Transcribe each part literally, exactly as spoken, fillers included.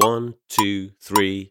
One, two, three.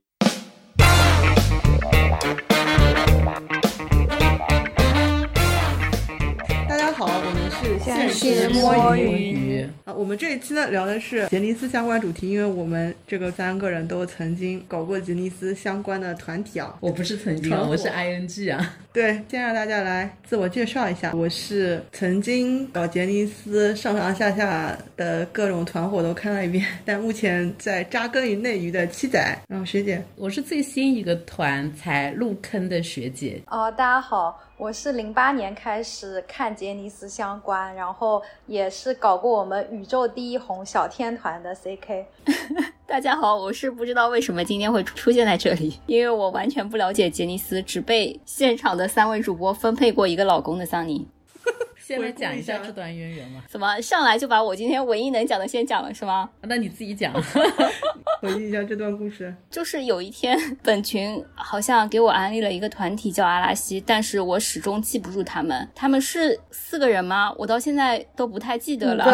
大家好，我们是现实摸鱼啊。我们这一期呢聊的是杰尼斯相关主题，因为我们这个三个人都曾经搞过杰尼斯相关的团体啊。 我不是曾经啊，我是 I N G 啊。 对，先让大家来自我介绍一下，我是曾经搞杰尼斯上上下下的各种团伙都看了一遍，但目前在扎根于内娱的七仔。然后学姐， 我是最新一个团才入坑的学姐。 哦，大家好，我是零八年开始看杰尼斯相关，然后也是搞过我们宇宙第一红小天团的 C K。 大家好，我是不知道为什么今天会出现在这里，因为我完全不了解杰尼斯，只被现场的三位主播分配过一个老公的桑尼。 先来讲一下这段渊源吗？ 怎么上来就把我今天唯一能讲的先讲了是吗？ 那你自己讲。 回忆一下这段故事。 就是有一天本群好像给我安利了一个团体叫阿拉西，但是我始终记不住他们。他们是四个人吗？我到现在都不太记得了。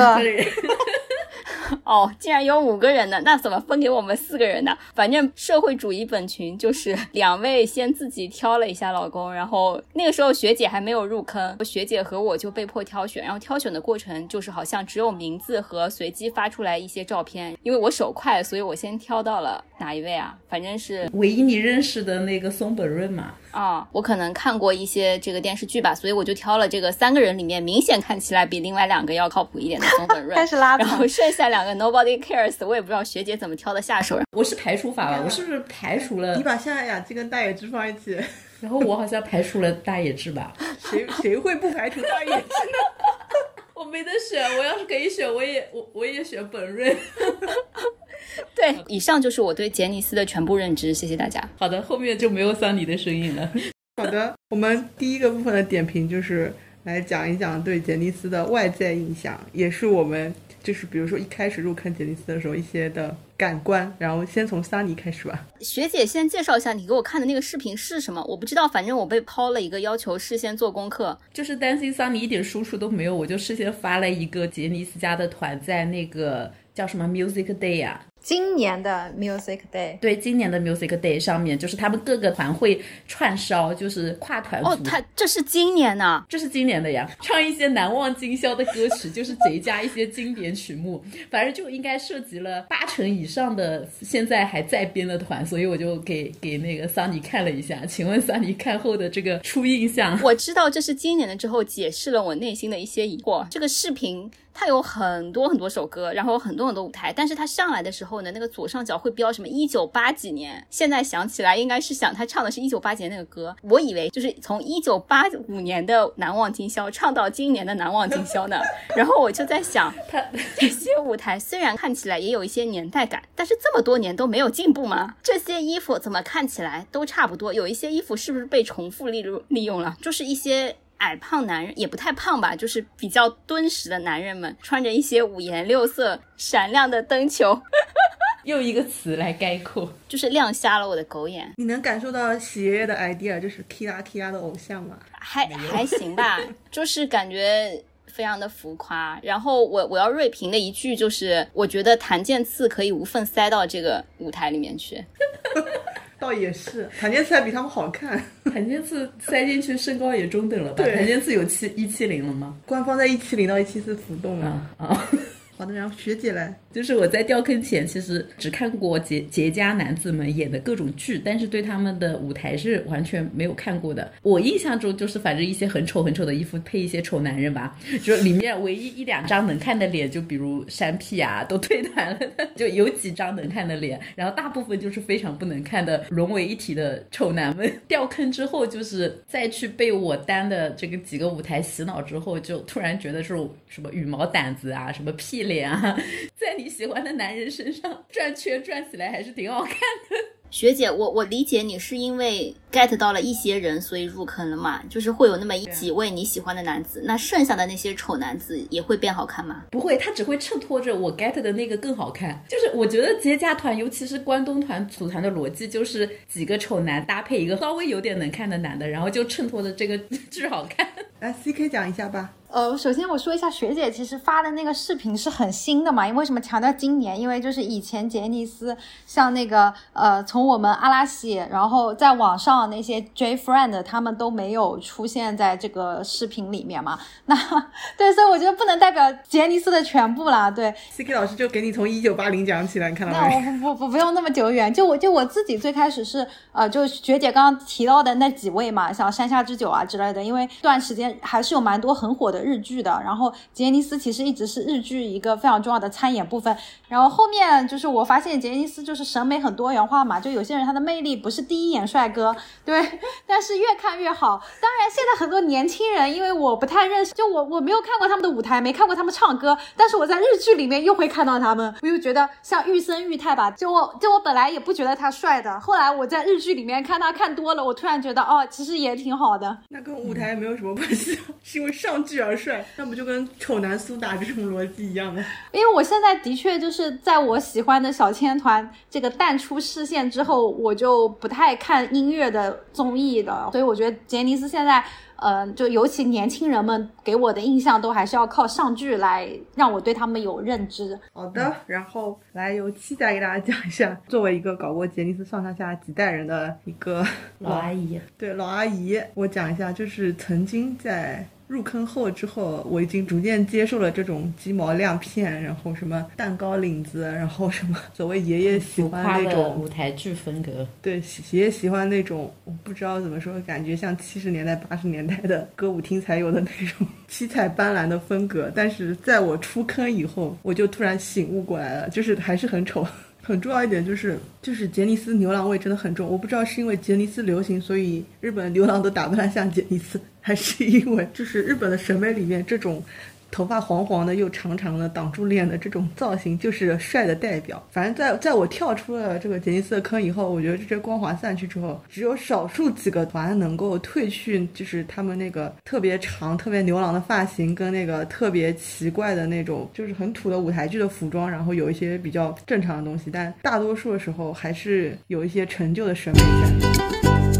哦，竟然有五个人呢，那怎么分给我们四个人呢？反正社会主义本群就是两位先自己挑了一下老公，然后那个时候学姐还没有入坑，学姐和我就被迫挑选，然后挑选的过程就是好像只有名字和随机发出来一些照片，因为我手快，所以我先挑到了哪一位啊？反正是唯一你认识的那个松本润嘛。 啊、哦，我可能看过一些这个电视剧吧，所以我就挑了这个三个人里面明显看起来比另外两个要靠谱一点的松本润， 开始拉然后剩下两个 nobody cares， 我也不知道学姐怎么挑的下手。 我是排除法吧，我是不是排除了？ 你把夏雅纪跟大野智放一起， 然后我好像排除了大野智吧？ 谁谁会不排除大野智呢？ 我没得选，我要是可以选，我也我我也选本润。 对，以上就是我对杰尼斯的全部认知，谢谢大家。 好的，后面就没有桑尼的声音了。 好的，我们第一个部分的点评就是来讲一讲对杰尼斯的外在印象，也是我们就是比如说一开始入坑杰尼斯的时候一些的感官。然后先从桑尼开始吧。 学姐先介绍一下你给我看的那个视频是什么？我不知道，反正我被抛了一个要求事先做功课， 就是担心桑尼一点输出都没有，我就事先发了一个杰尼斯家的团在那个叫什么 Music Day 啊， 今年的 Music Day， 对，今年的 Music Day 上面就是他们各个团会串烧，就是跨团组。 哦，他这是今年呢？ 这是今年的呀，唱一些难忘今宵的歌曲，就是贼加一些经典曲目，反正就应该涉及了八成以上的现在还在编的团，所以我就给给那个桑尼看了一下。请问桑尼看后的这个初印象？ 我知道这是今年的之后，解释了我内心的一些疑惑。这个视频它有很多很多首歌，然后很多很多舞台，但是它上来的时候呢，那个左上角会标什么一九八几年，现在想起来应该是想他唱的是一九八几年那个歌，我以为就是从一九八五年的难忘今宵唱到今年的难忘今宵呢。然后我就在想，这些舞台虽然看起来也有一些年代感，但是这么多年都没有进步吗？这些衣服怎么看起来都差不多，有一些衣服是不是被重复利用利用了？就是一些矮胖男人，也不太胖吧，就是比较敦实的男人们，穿着一些五颜六色闪亮的灯球。 用一个词来概括， 就是亮瞎了我的狗眼。 你能感受到喜爷爷的 idea 就是 Kira Kira 的偶像吗？ 还还行吧，就是感觉非常的浮夸。然后我我要锐评的一句就是，我觉得檀健次可以无缝塞到这个舞台里面去。 倒也是，檀健次还比他们好看。 檀健次塞进去身高也中等了吧？檀健次有七一七零了吗？ 官方在一七零到一七四浮动了啊啊。 好的，然后学姐来。 就是我在掉坑前其实只看过杰杰家男子们演的各种剧，但是对他们的舞台是完全没有看过的。我印象中就是反正一些很丑很丑的衣服配一些丑男人吧，就里面唯一一两张能看的脸，就比如山屁啊都退团了，就有几张能看的脸，然后大部分就是非常不能看的融为一体的丑男们。掉坑之后就是再去被我单的这个几个舞台洗脑之后，就突然觉得这种什么羽毛掸子啊，什么屁脸啊，在你喜欢的男人身上转圈转起来还是挺好看的。 学姐，我我理解你是因为 get 到了一些人所以入坑了嘛，就是会有那么一几位你喜欢的男子，那剩下的那些丑男子也会变好看吗？ 不会，他只会衬托着我 get 的那个更好看。就是我觉得节假团尤其是关东团组团的逻辑就是几个丑男搭配一个稍微有点能看的男的，然后就衬托的这个巨好看。 来 C K 讲一下吧。 呃，首先我说一下，学姐其实发的那个视频是很新的嘛，因为为什么强调今年？因为就是以前杰尼斯像那个呃，从我们阿拉西，然后在网上那些 J Friend 他们都没有出现在这个视频里面嘛。那对，所以我觉得不能代表杰尼斯的全部啦。对 ，C K 老师就给你从一九八零讲起来，你看到那没？ 我不不不不用那么久远，就我就我自己最开始是呃，就学姐刚刚提到的那几位嘛，像山下智久啊之类的，因为这段时间还是有蛮多很火的日剧的，然后杰尼斯其实一直是日剧一个非常重要的参演部分，然后后面就是我发现杰尼斯就是审美很多元化嘛，就有些人他的魅力不是第一眼帅哥，对，但是越看越好。当然现在很多年轻人，因为我不太认识，就我我没有看过他们的舞台，没看过他们唱歌，但是我在日剧里面又会看到他们，我又觉得像玉森裕太吧，就我就我本来也不觉得他帅的，后来我在日剧里面看他看多了，我突然觉得哦，其实也挺好的。 那跟舞台也没有什么关系，是因为上剧而帅，那不就跟丑男苏打这种逻辑一样的？ 因为我现在的确就是在我喜欢的小千团这个淡出视线之后，我就不太看音乐的综艺的，所以我觉得杰尼斯现在呃，就尤其年轻人们给我的印象都还是要靠上剧来让我对他们有认知。 好的，然后来由七仔给大家讲一下，作为一个搞过杰尼斯上上下几代人的一个老阿姨， 对老阿姨，我讲一下，就是曾经在入坑后之后，我已经逐渐接受了这种鸡毛亮片，然后什么蛋糕领子，然后什么所谓爷爷喜欢那种舞台剧风格， 对，爷爷喜欢那种我不知道怎么说，感觉像七十年代八十年代的歌舞厅才有的那种七彩斑斓的风格。但是在我出坑以后，我就突然醒悟过来了，就是还是很丑。很重要一点就是就是杰尼斯牛郎味真的很重，我不知道是因为杰尼斯流行，所以日本的牛郎都打扮得像杰尼斯，还是因为就是日本的审美里面这种头发黄黄的又长长的挡住脸的这种造型就是帅的代表。反正在在我跳出了这个杰尼斯的坑以后，我觉得这些光环散去之后，只有少数几个团能够褪去就是他们那个特别长特别牛郎的发型跟那个特别奇怪的那种就是很土的舞台剧的服装，然后有一些比较正常的东西，但大多数的时候还是有一些陈旧的审美感。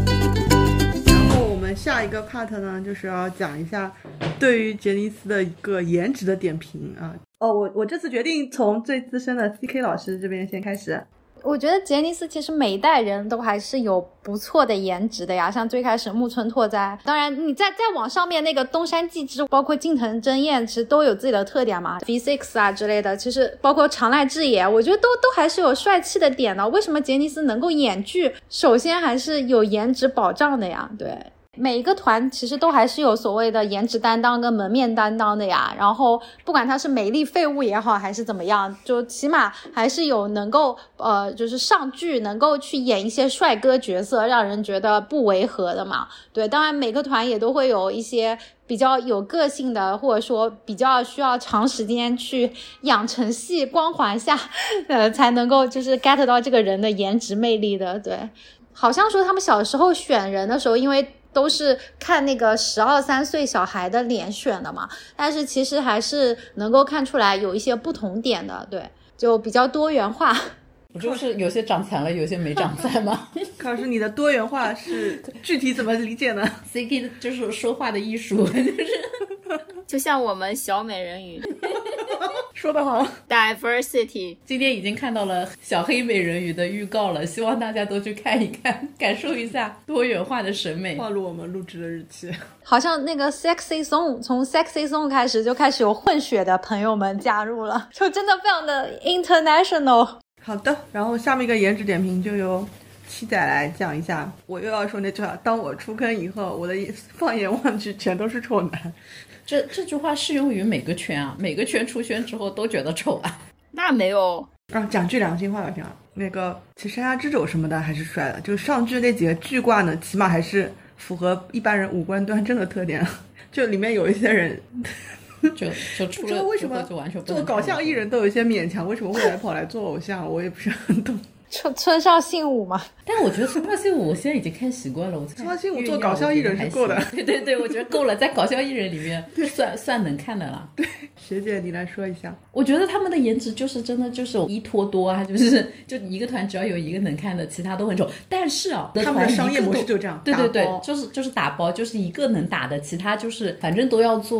下一个 part 呢，就是要讲一下对于杰尼斯的一个颜值的点评啊。哦，我我这次决定从最资深的 C K 老师这边先开始。 我觉得杰尼斯其实每一代人都还是有不错的颜值的呀，像最开始木村拓哉，当然你在在网上面那个东山纪之，包括近藤真彦，其实都有自己的特点嘛 ，V 六 啊之类的，其实包括长濑智也，我觉得都都还是有帅气的点的。为什么杰尼斯能够演剧？首先还是有颜值保障的呀，对。每一个团其实都还是有所谓的颜值担当跟门面担当的呀，然后不管他是美丽废物也好还是怎么样，就起码还是有能够呃就是上剧能够去演一些帅哥角色，让人觉得不违和的嘛。对，当然每个团也都会有一些比较有个性的，或者说比较需要长时间去养成系光环下呃才能够就是 get 到这个人的颜值魅力的。对，好像说他们小时候选人的时候，因为都是看那个十二三岁小孩的脸选的嘛，但是其实还是能够看出来有一些不同点的，对，就比较多元化。 不就是有些长残了，有些没长在吗？ 考试你的多元化是具体怎么理解呢 ？C K 就是说话的艺术，就是就像我们小美人鱼。 说得好 ，diversity。 今天已经看到了小黑美人鱼的预告了，希望大家都去看一看，感受一下多元化的审美。 暴露我们录制的日期。 好像那个 Sexy Song 从 Sexy Song 开始就开始有混血的朋友们加入了，就真的非常的 international。 好的，然后下面一个颜值点评就由七仔来讲一下。我又要说那句话，当我出坑以后，我的放眼望去全都是丑男。 这这句话适用于每个圈啊，每个圈出圈之后都觉得丑啊。 那没有啊，讲句良心话吧，讲那个其实山下智久什么的还是帅的，就上剧那几个剧挂呢，起码还是符合一般人五官端正的特点。就里面有一些人就就出了为什么就完全不做搞笑艺人都有一些勉强，为什么会来跑来做偶像，我也不是很懂。 村村上信五嘛， 但我觉得村上信五我现在已经看习惯了。我村上信五做搞笑艺人是够的， 对对对，我觉得够了，在搞笑艺人里面算算能看的了。 对，学姐你来说一下。 我觉得他们的颜值就是真的就是一拖多啊，就是就一个团只要有一个能看的，其他都很丑。但是啊， 他们的商业模式就这样， 对对对，就是就是打包，就是一个能打的，其他就是反正都要做。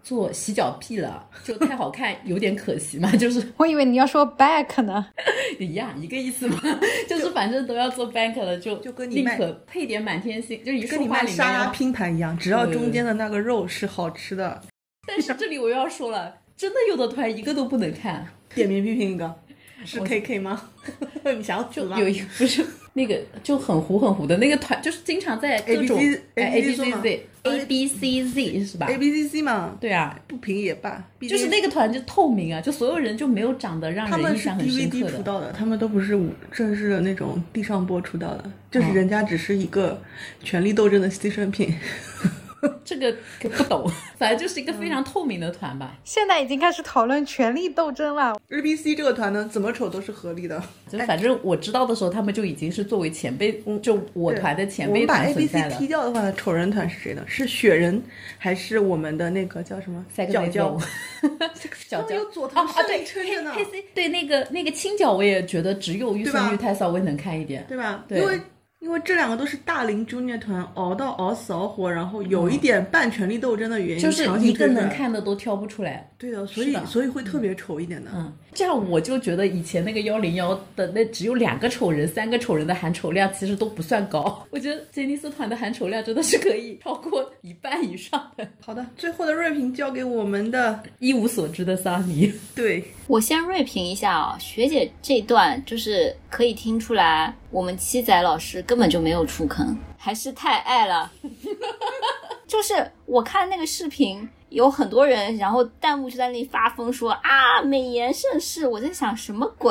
做洗脚屁了，就太好看有点可惜嘛，就是我以为你要说 back 呢。 一样一个意思嘛，就是反正都要做 back 了，就就跟你宁卖可配点满天星，就是一跟你说话里面卖沙拉要拼盘一样，只要中间的那个肉是好吃的。 但是这里我又要说了，真的有的团一个都不能看。 点名批评一个，是 K K 吗？你想要死吗？ 有一个不是那个就很糊很糊的那个团，就是经常在各种 A B C Z A B C Z 是吧 ？A B C C 嘛， 对啊， 不评也罢， 就是那个团就透明啊，就所有人就没有长得让他们是人印象很 D V 深 D 刻的。 出道的，他们都不是正式的那种地上播出道的，就是人家只是一个权力斗争的牺牲品。 这个不懂，反正就是一个非常透明的团吧。 现在已经开始讨论权力斗争了。 A B C 这个团呢，怎么瞅都是合理的。 就反正我知道的时候，他们就已经是作为前辈，就我团的前辈团存在了。 我们把 A B C 踢掉的话，丑人团是谁呢？是雪人还是我们的那个叫什么？角角。 角角有佐藤胜利撑着呢。 黑 C 对那个那个青角，我也觉得只有玉森裕太稍微能看一点， 对吧？ 对， 因为。因为这两个都是大龄 junior 团，熬到熬死熬活，然后有一点半权力斗争的原因， 就是一个能看的都挑不出来。 对的，所以所以会特别丑一点的。 嗯，这样我就觉得以前那个幺零幺的那只有两个丑人、三个丑人的含丑量其实都不算高。我觉得杰尼斯团的含丑量真的是可以超过一半以上的。 好的，最后的锐评交给我们的一无所知的萨尼。 对， 我先锐评一下啊、哦，学姐这段就是可以听出来，我们七仔老师根本就没有出坑，还是太爱了。就是我看那个视频，有很多人，然后弹幕就在那里发疯说啊，美颜盛世，我在想什么鬼？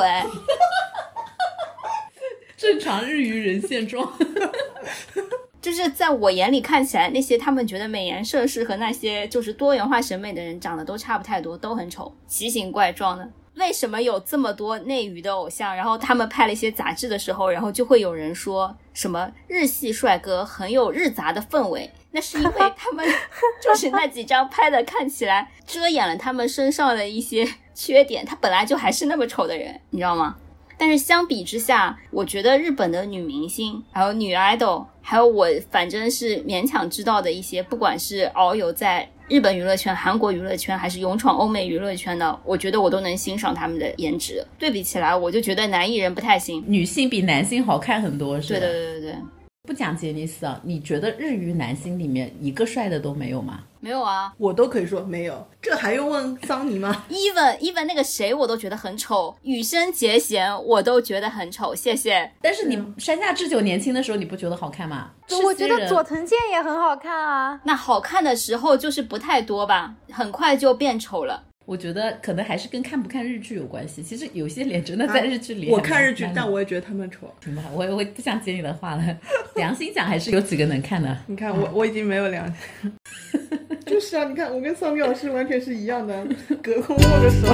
正常日语人现状。 就是在我眼里看起来，那些他们觉得美颜盛世和那些就是多元化审美的人长得都差不太多，都很丑，奇形怪状的。为什么有这么多内娱的偶像，然后他们拍了一些杂志的时候，然后就会有人说什么日系帅哥很有日杂的氛围，那是因为他们就是那几张拍的看起来遮掩了他们身上的一些缺点，他本来就还是那么丑的人，你知道吗？但是相比之下，我觉得日本的女明星还有女 idol， 还有我反正是勉强知道的一些，不管是遨游在日本娱乐圈、韩国娱乐圈，还是勇闯欧美娱乐圈的，我觉得我都能欣赏他们的颜值。对比起来，我就觉得男艺人不太行， 女性比男性好看很多，是吧？ 对对对对对。 不讲杰尼斯啊，你觉得日语男星里面一个帅的都没有吗？ 没有啊， 我都可以说没有，这还用问桑尼吗 ？even even 那个谁我都觉得很丑，羽生结弦我都觉得很丑，谢谢。 但是你山下智久年轻的时候你不觉得好看吗？ 我觉得佐藤健也很好看啊。 那好看的时候就是不太多吧，很快就变丑了。 我觉得可能还是跟看不看日剧有关系。其实有些脸真的在日剧里、 啊、我看日剧，但我也觉得他们丑。 行吧，我我不想接你的话了。良心讲，还是有几个能看的。 你看我我已经没有良心。就是啊，你看我跟桑米老师完全是一样的，隔空握着手。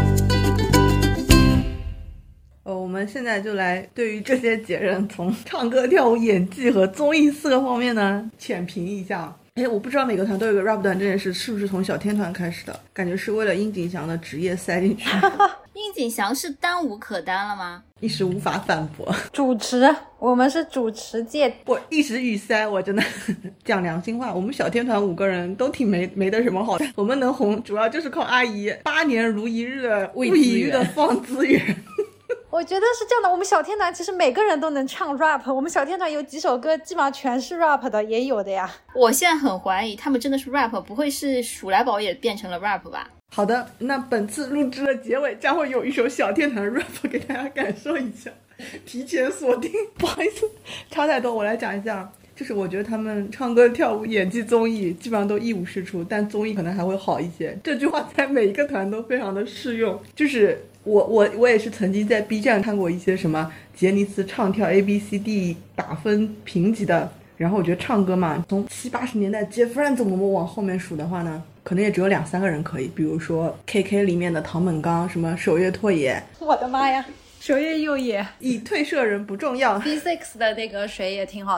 呃，我们现在就来对于这些杰人从唱歌、跳舞、演技和综艺四个方面呢浅评一下。哎，我不知道每个团都有个 rap 团这件事是不是从小天团开始的，感觉是为了樱井翔的职业塞进去。 樱井翔是单无可单了吗？ 一时无法反驳。 主持，我们是主持界。 我一时语塞，我真的讲良心话，我们小天团五个人都挺没没得什么好的，我们能红主要就是靠阿姨八年如一日的不遗余的放资源。 我觉得是这样的，我们小天团其实每个人都能唱 rap， 我们小天团有几首歌基本上全是 rap 的，也有的呀。 我现在很怀疑他们真的是 rap， 不会是鼠来宝也变成了 rap 吧？ 好的，那本次录制的结尾将会有一首小天团 rap 给大家感受一下，提前锁定。不好意思，差太多，我来讲一下。就是我觉得他们唱歌、跳舞、演技、综艺基本上都一无是处，但综艺可能还会好一些。这句话在每一个团都非常的适用。就是我我我也是曾经在 B 站看过一些什么杰尼斯唱跳 A B C D 打分评级的，然后我觉得唱歌嘛，从七八十年代 J Friends 我们往后面数的话呢，可能也只有两三个人可以，比如说 K K 里面的唐本刚，什么守月拓也， 我的妈呀，守月佑也， 以退社人不重要。 B 六 的那个谁也挺好的。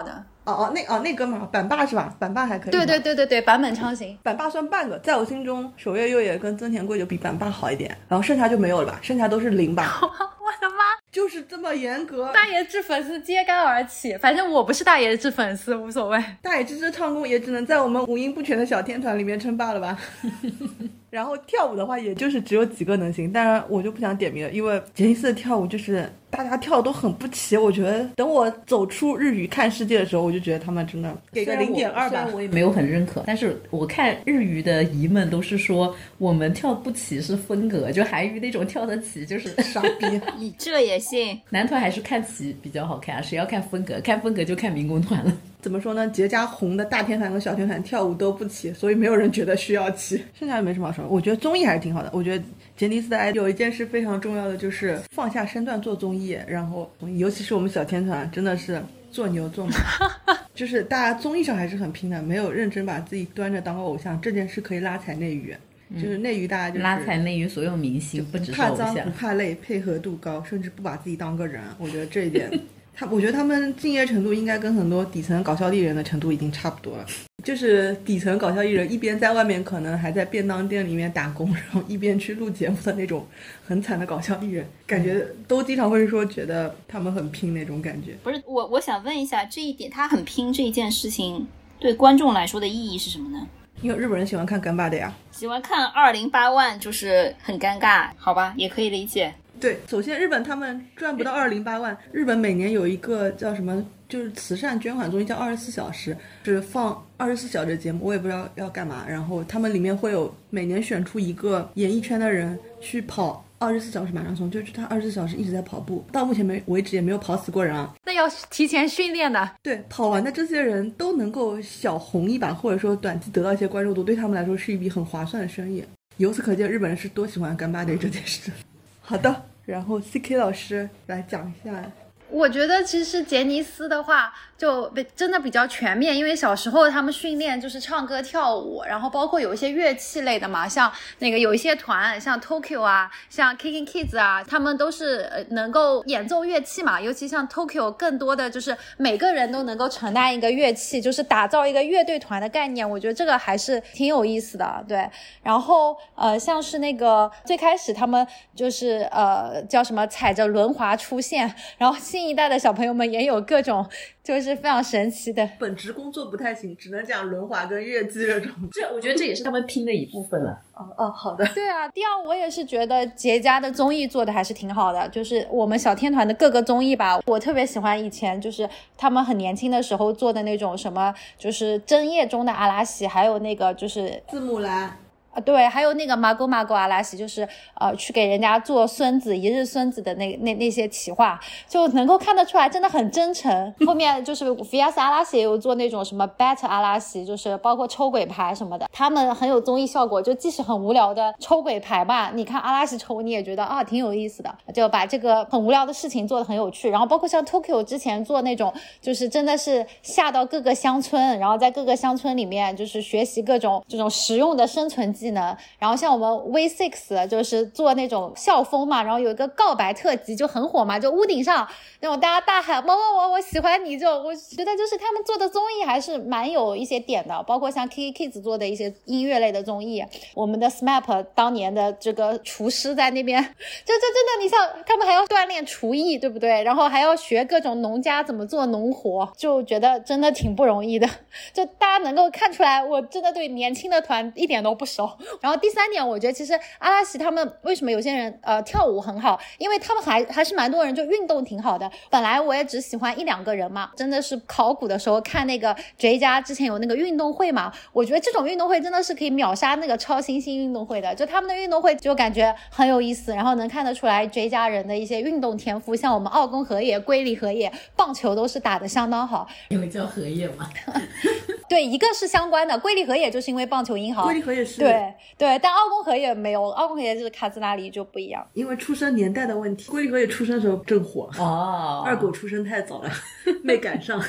哦哦，那哦那哥们儿板爸是吧？板爸还可以。 对对对对对，坂本昌行， 板爸算半个，在我心中，守月佑也跟增田贵就比板爸好一点，然后剩下就没有了吧，剩下都是零吧。 我的妈！ 就是这么严格。 大野智粉丝揭竿而起，反正我不是大野智粉丝，无所谓。 大野智之唱功也只能在我们五音不全的小天团里面称霸了吧。然后跳舞的话，也就是只有几个能行，当然我就不想点名了，因为杰尼斯的跳舞就是大家跳的都很不齐。我觉得等我走出日语看世界的时候，我就觉得他们真的给个零点二吧。 虽然我也没有很认可，但是我看日语的姨们都是说我们跳不齐是风格，就韩语那种跳得齐就是傻逼。 你这也信？ 男团还是看齐比较好看啊，谁要看风格？看风格就看民工团了。 怎么说呢？节家红的大天团跟小天团跳舞都不齐，所以没有人觉得需要齐。剩下的没什么好说。我觉得综艺还是挺好的。我觉得杰尼斯的爱有一件事非常重要的，就是放下身段做综艺，然后尤其是我们小天团真的是做牛做马，就是大家综艺上还是很拼的，没有认真把自己端着当个偶像，这件事可以拉踩内娱。就是内娱大家就是拉踩内娱所有明星，不只是偶像， 怕脏不怕累，配合度高，甚至不把自己当个人。我觉得这一点他我觉得他们敬业程度应该跟很多底层搞笑艺人的程度已经差不多了。就是底层搞笑艺人一边在外面可能还在便当店里面打工，然后一边去录节目的那种很惨的搞笑艺人，感觉都经常会说觉得他们很拼那种感觉。 不是我我想问一下，这一点他很拼这一件事情对观众来说的意义是什么呢？ 因为日本人喜欢看干巴的呀， 喜欢看二零八万就是很尴尬，好吧，也可以理解。 对，首先日本他们赚不到二零八万，日本每年有一个叫什么，就是慈善捐款综艺叫二十四小时，就是放二十四小时的节目，我也不知道要干嘛。然后他们里面会有每年选出一个演艺圈的人去跑二十四小时马拉松，就是他二十四小时一直在跑步，到目前没为止也没有跑死过人啊。 那要提前训练的。 对，跑完的这些人都能够小红一把，或者说短期得到一些关注度，对他们来说是一笔很划算的生意。由此可见，日本人是多喜欢干巴的这件事。好的。然后 C K 老师来讲一下。 我觉得其实杰尼斯的话就真的比较全面，因为小时候他们训练就是唱歌跳舞，然后包括有一些乐器类的嘛，像那个有一些团像 Tokyo 啊，像 Kicking Kids 啊，他们都是能够演奏乐器嘛，尤其像 Tokyo 更多的就是每个人都能够承担一个乐器，就是打造一个乐队团的概念，我觉得这个还是挺有意思的。对，然后呃像是那个最开始他们就是呃叫什么踩着轮滑出现，然后新一代的小朋友们也有各种就是非常神奇的。 本职工作不太行，只能讲轮滑跟乐器这种。 这我觉得这也是他们拼的一部分了。 哦哦，好的。 对啊，第二我也是觉得节家的综艺做的还是挺好的，就是我们小天团的各个综艺吧，我特别喜欢以前就是他们很年轻的时候做的那种什么，就是真夜中的阿拉西，还有那个就是字幕栏。 啊，对，还有那个马狗马狗阿拉西，就是呃，去给人家做孙子一日孙子的那那那些企划，就能够看得出来，真的很真诚。后面就是 V S 阿拉西也有做那种什么 Bet 阿拉西，就是包括抽鬼牌什么的，他们很有综艺效果。就即使很无聊的抽鬼牌吧，你看阿拉西抽，你也觉得啊挺有意思的，就把这个很无聊的事情做得很有趣。然后包括像 Tokyo 之前做那种，就是真的是下到各个乡村，然后在各个乡村里面就是学习各种这种实用的生存技能。然后像我们 V 六 就是做那种校风嘛，然后有一个告白特辑就很火嘛，就屋顶上那种大家大喊某某某我喜欢你，就我觉得就是他们做的综艺还是蛮有一些点的，包括像 Kicking Kids 做的一些音乐类的综艺，我们的 S M A P 当年的这个厨师在那边，就这真的你像他们还要锻炼厨艺，对不对？然后还要学各种农家怎么做农活，就觉得真的挺不容易的。就大家能够看出来，我真的对年轻的团一点都不熟。然后第三点，我觉得其实阿拉西他们为什么有些人呃跳舞很好，因为他们还还是蛮多人就运动挺好的。本来我也只喜欢一两个人嘛，真的是考古的时候看那个 J 家之前有那个运动会嘛，我觉得这种运动会真的是可以秒杀那个超新星运动会的，就他们的运动会就感觉很有意思，然后能看得出来 J 家人的一些运动天赋，像我们奥宫和也、龟梨和也棒球都是打得相当好。 因为叫和也嘛。 对，一个是相关的，龟梨和也就是因为棒球英豪， 龟梨和也是对对，但奥宫和也没有，奥宫和也就是卡兹拉里就不一样， 因为出生年代的问题。龟梨和也出生的时候正火哦， 二狗出生太早了，没赶上。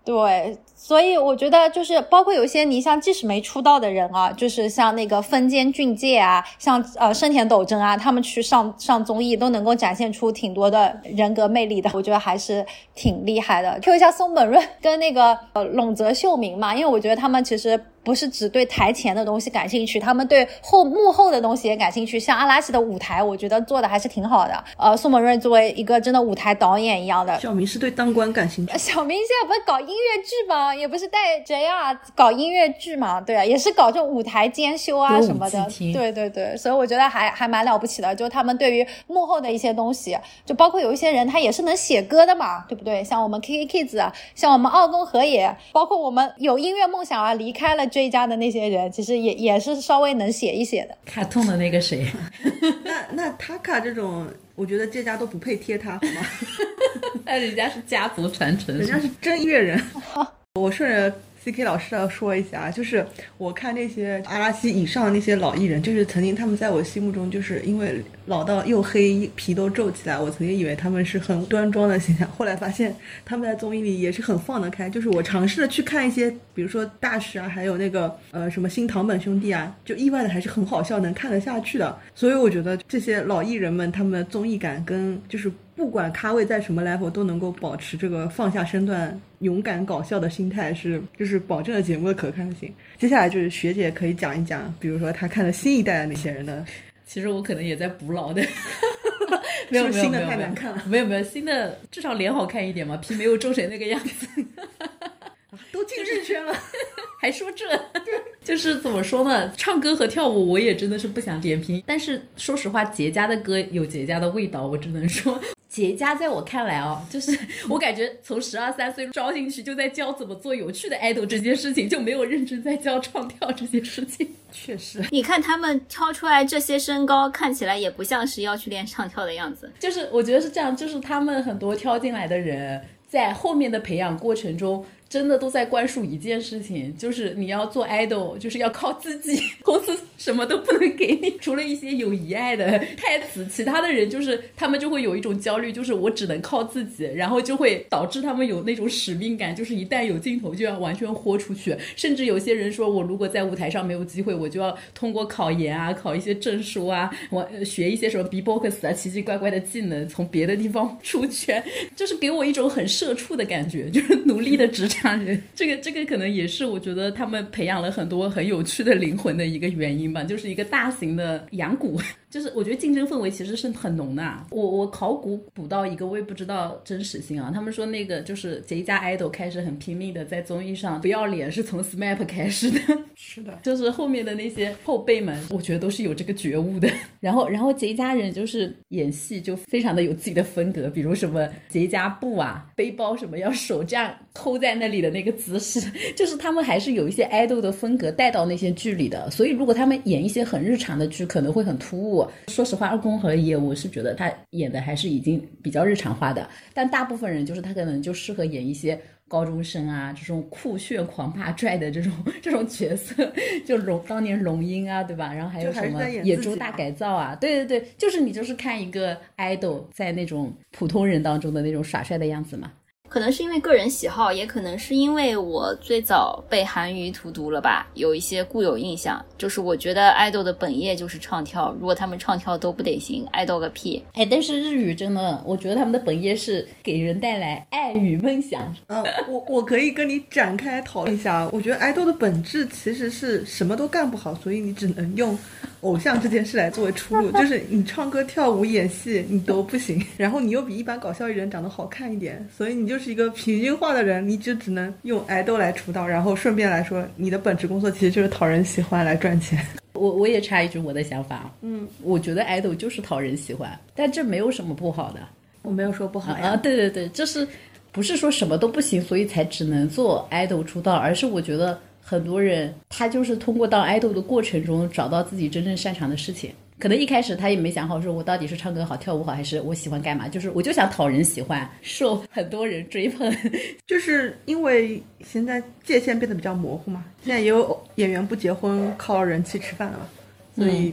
对，所以我觉得就是包括有些你像即使没出道的人啊，就是像那个风间俊介啊，像呃生田斗真啊，他们去上上综艺都能够展现出挺多的人格魅力的，我觉得还是挺厉害的。Q 一下松本润跟那个呃龙泽秀明嘛，因为我觉得他们其实不是只对台前的东西感兴趣，他们对后幕后的东西也感兴趣。像阿拉西的舞台我觉得做的还是挺好的，呃，松本润作为一个真的舞台导演一样的。 小明是对当官感兴趣， 小明现在不是搞音乐剧吗？也不是带 J R 搞音乐剧嘛，对啊，也是搞这种舞台监修啊什么的，对对对，所以我觉得还还蛮了不起的，就他们对于幕后的一些东西，就包括有一些人他也是能写歌的嘛，对不对？像我们 K K Kids 啊，像我们奥宫和也，包括我们有音乐梦想啊离开了追家的那些人，其实也也是稍微能写一写的。 卡通的那个谁那那塔卡这种我觉得这家都不配贴他好吗？ 那人家是家族传承， 人家是真音乐人。我顺着 C K 老师要说一下，就是我看那些阿拉西以上的那些老艺人，就是曾经他们在我心目中就是因为老到又黑皮都皱起来，我曾经以为他们是很端庄的形象，后来发现他们在综艺里也是很放得开。就是我尝试的去看一些比如说大使啊，还有那个呃什么新堂本兄弟啊，就意外的还是很好笑，能看得下去的。所以我觉得这些老艺人们他们的综艺感跟就是不管咖位在什么 level 都能够保持这个放下身段勇敢搞笑的心态，是就是保证了节目的可看性。接下来就是学姐可以讲一讲比如说她看了新一代的那些人的。 其实我可能也在补老的没有没有新的太难看了， 没有没有新的至少脸好看一点嘛，皮没有皱成那个样子都进日圈了还说这就是怎么说呢，唱歌和跳舞我也真的是不想点评，但是说实话杰家的歌有杰家的味道，我只能说杰家在我看来哦，就是我感觉从十二三岁招进去就在教怎么做有趣的 idol 这件事情，就没有认真在教唱跳这件事情。 确实， 你看他们挑出来这些身高，看起来也不像是要去练唱跳的样子。 就是我觉得是这样，就是他们很多挑进来的人在后面的培养过程中真的都在灌输一件事情，就是你要做 idol 就是要靠自己，公司什么都不能给你，除了一些有遗爱的太子，其他的人就是他们就会有一种焦虑，就是我只能靠自己，然后就会导致他们有那种使命感，就是一旦有镜头就要完全豁出去。甚至有些人说我如果在舞台上没有机会，我就要通过考研啊，考一些证书啊，我学一些什么 B-box 啊，奇奇怪怪的技能，从别的地方出圈，就是给我一种很社畜的感觉，就是奴隶的职场人。这个这个可能也是我觉得他们培养了很多很有趣的灵魂的一个原因吧，就是一个大型的养蛊，就是我觉得竞争氛围其实是很浓的、啊、我我考古补到一个我也不知道真实性啊，他们说那个就是这一家 idol 开始很拼命的在综艺上不要脸是从 S M A P 开始的， 是的， 就是后面的那些后辈们我觉得都是有这个觉悟的。然后然后这一家人就是演戏就非常的有自己的风格，比如什么这一家布啊，背包什么要手这样抠在那里的那个姿势，就是他们还是有一些 idol 的风格带到那些剧里的，所以如果他们演一些很日常的剧可能会很突兀。说实话二宫和也我是觉得他演的还是已经比较日常化的，但大部分人就是他可能就适合演一些高中生啊，这种酷炫狂霸拽的这种这种角色，就龙当年龙樱啊，对吧？然后还有什么野猪大改造啊，对对对，就是你就是看一个 idol 在那种普通人当中的那种耍帅的样子嘛。 可能是因为个人喜好，也可能是因为我最早被韩娱荼毒了吧，有一些固有印象，就是我觉得 idol 的本业就是唱跳，如果他们唱跳都不得行 idol 个屁。 哎，但是日语真的我觉得他们的本业是给人带来爱与梦想。 嗯，我我可以跟你展开讨论一下，我觉得 idol 的本质其实是什么都干不好，所以你只能用偶像这件事来作为出路，就是你唱歌跳舞演戏你都不行，然后你又比一般搞笑艺人长得好看一点，所以你就是一个平均化的人，你就只能用 idol 来出道，然后顺便来说你的本职工作其实就是讨人喜欢来赚钱。 我我也插一句我的想法， 嗯， 我觉得 idol 就是讨人喜欢，但这没有什么不好的。 我没有说不好呀。 啊，对对对，就是不是说什么都不行所以才只能做 idol 出道，而是我觉得很多人他就是通过当 idol 的过程中找到自己真正擅长的事情，可能一开始他也没想好说我到底是唱歌好跳舞好还是我喜欢干嘛，就是我就想讨人喜欢受很多人追捧。 就是因为现在界限变得比较模糊嘛，现在也有演员不结婚靠人气吃饭了嘛，所以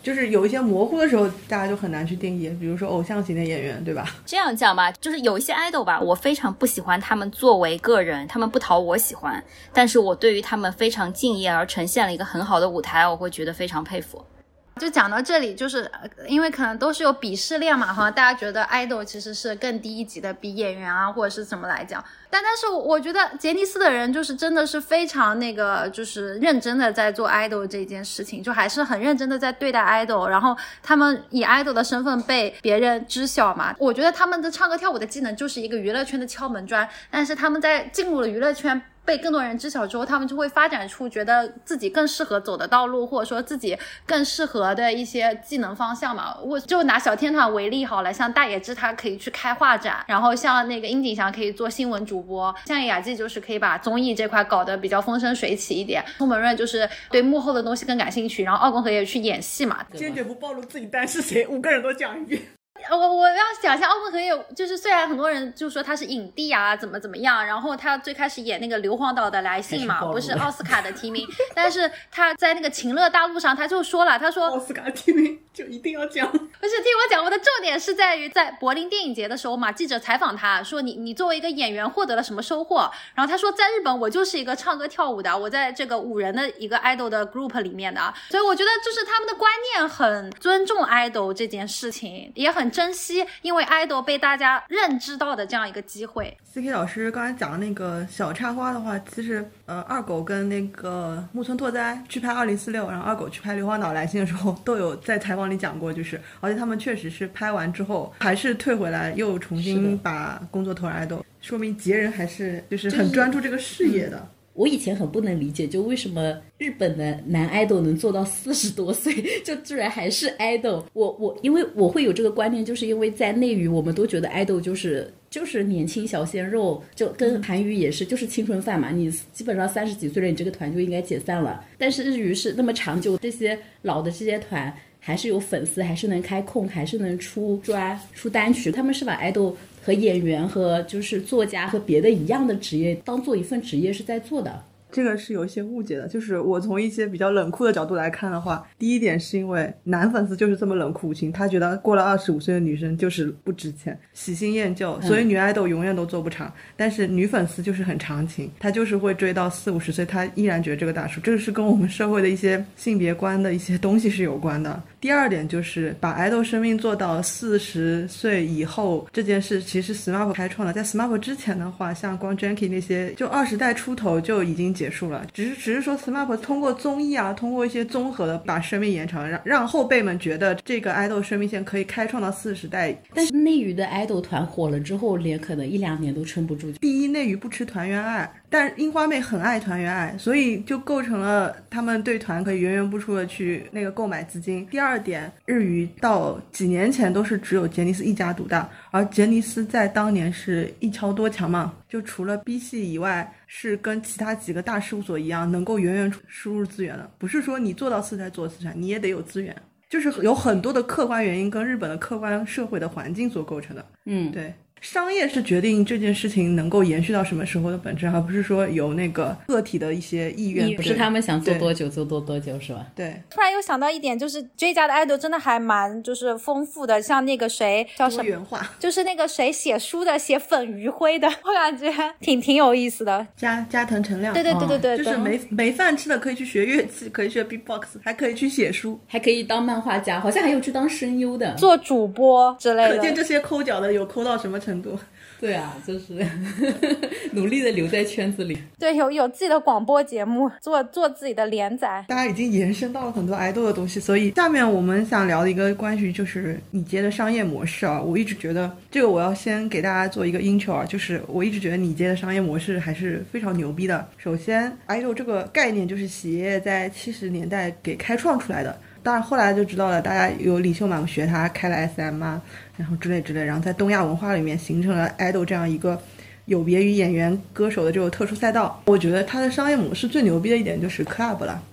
就是有一些模糊的时候，大家就很难去定义，比如说偶像型的演员，对吧？ 这样讲吧，就是有一些 idol 吧，我非常不喜欢他们作为个人，他们不讨我喜欢，但是我对于他们非常敬业而呈现了一个很好的舞台，我会觉得非常佩服。 就讲到这里，就是因为可能都是有鄙视链嘛，好像大家觉得 idol 其实是更低一级的，比演员啊或者是怎么来讲。但但是我觉得杰尼斯的人就是真的是非常那个，就是认真的在做 idol 这件事情，就还是很认真的在对待 idol， 然后他们以 idol 的身份被别人知晓嘛。我觉得他们的唱歌跳舞的技能就是一个娱乐圈的敲门砖，但是他们在进入了娱乐圈被更多人知晓之后，他们就会发展出觉得自己更适合走的道路，或者说自己更适合的一些技能方向嘛。我就拿小天团为例好了，像大野智他可以去开画展，然后像那个樱井翔可以做新闻主播，像雅纪就是可以把综艺这块搞得比较风生水起一点，松本润就是对幕后的东西更感兴趣，然后奥宫和也去演戏嘛。 坚决不暴露自己单是谁，五个人都讲一遍。 我我要讲一下奥宫和也，就是虽然很多人就说他是影帝啊，怎么怎么样，然后他最开始演那个硫磺岛的来信嘛，不是奥斯卡的提名，但是他在那个情乐大陆上他就说了，他说奥斯卡提名就一定要讲。 不是，听我讲，我的重点是在于在柏林电影节的时候嘛，记者采访他说你你作为一个演员获得了什么收获，然后他说在日本我就是一个唱歌跳舞的，我在这个五人的一个 idol 的 group 里面的，所以我觉得就是他们的观念很尊重 idol 这件事情，也很珍惜因为 idol 被大家认知到的这样一个机会。 C K 老师刚才讲的那个小插花的话，其实呃二狗跟那个木村拓哉去拍二零四六，然后二狗去拍硫磺岛来信的时候都有在采访里讲过，就是而且他们确实是拍完之后还是退回来又重新把工作投入 idol， 说明杰人还是就是很专注这个事业的、就是嗯我以前很不能理解，就为什么日本的男 idol 能做到四十多岁就居然还是 idol。 我我因为我会有这个观念，就是因为在内娱我们都觉得 idol 就是就是年轻小鲜肉，就跟韩娱也是就是青春饭嘛，你基本上三十几岁了，你这个团就应该解散了。但是日娱是那么长久，这些老的这些团还是有粉丝，还是能开控，还是能出专出单曲，他们是把 idol和演员和就是作家和别的一样的职业当做一份职业是在做的。 这个是有一些误解的，就是我从一些比较冷酷的角度来看的话，第一点是因为男粉丝就是这么冷酷无情，他觉得过了二十五岁的女生就是不值钱，喜新厌旧，所以女爱豆永远都做不长、嗯、但是女粉丝就是很长情，她就是会追到四五十岁，她依然觉得这个大叔，这个是跟我们社会的一些性别观的一些东西是有关的。第二点就是把爱豆生命做到四十岁以后这件事，其实 S M A P 开创的，在 S M A P 之前的话，像光 Janky 那些就二十代出头就已经结束了，只是只是说 S M A P 通过综艺啊，通过一些综合的把生命延长，让让后辈们觉得这个爱豆生命线可以开创到四十代。 但是内娱的爱豆团火了之后，连可能一两年都撑不住。 第一，内娱不吃团圆爱，但樱花妹很爱团圆爱，所以就构成了他们对团可以源源不出的去那个购买资金。第二点，日娱到几年前都是只有杰尼斯一家独大，而杰尼斯在当年是一超多强嘛，就除了 B 系以外是跟其他几个大事务所一样能够源源输入资源的，不是说你做到四台做四台你也得有资源，就是有很多的客观原因跟日本的客观社会的环境所构成的。嗯，对，商业是决定这件事情能够延续到什么时候的本质，而不是说有那个个体的一些意愿， 不是他们想做多久就做多久，是吧？ 对。 突然又想到一点，就是这一家的 idol 真的还蛮就是丰富的，像那个谁叫什么， 多元化， 就是那个谁写书的，写粉余辉的，我感觉挺挺有意思的。 加加藤成亮， 对对对对对、 哦，就是没没饭吃的可以去学乐器，可以学 beatbox， 还可以去写书， 还可以当漫画家，好像还有去当声优的， 做主播之类的。 可见这些抠脚的有抠到什么程度。 对啊，就是努力的留在圈子里。 对，有有自己的广播节目，做做自己的连载。 大家已经延伸到了很多爱豆的东西，所以下面我们想聊的一个关于就是你接的商业模式啊，我一直觉得这个我要先给大家做一个 intro 啊，就是我一直觉得你接的商业模式还是非常牛逼的。首先，爱豆这个概念就是喜爷爷在七十年代给开创出来的。当然后来就知道了，大家有李秀满学他开了 S M 啊，然后之类之类，然后在东亚文化里面形成了 idol 这样一个有别于演员歌手的这种特殊赛道。我觉得他的商业模式最牛逼的一点就是 club 了，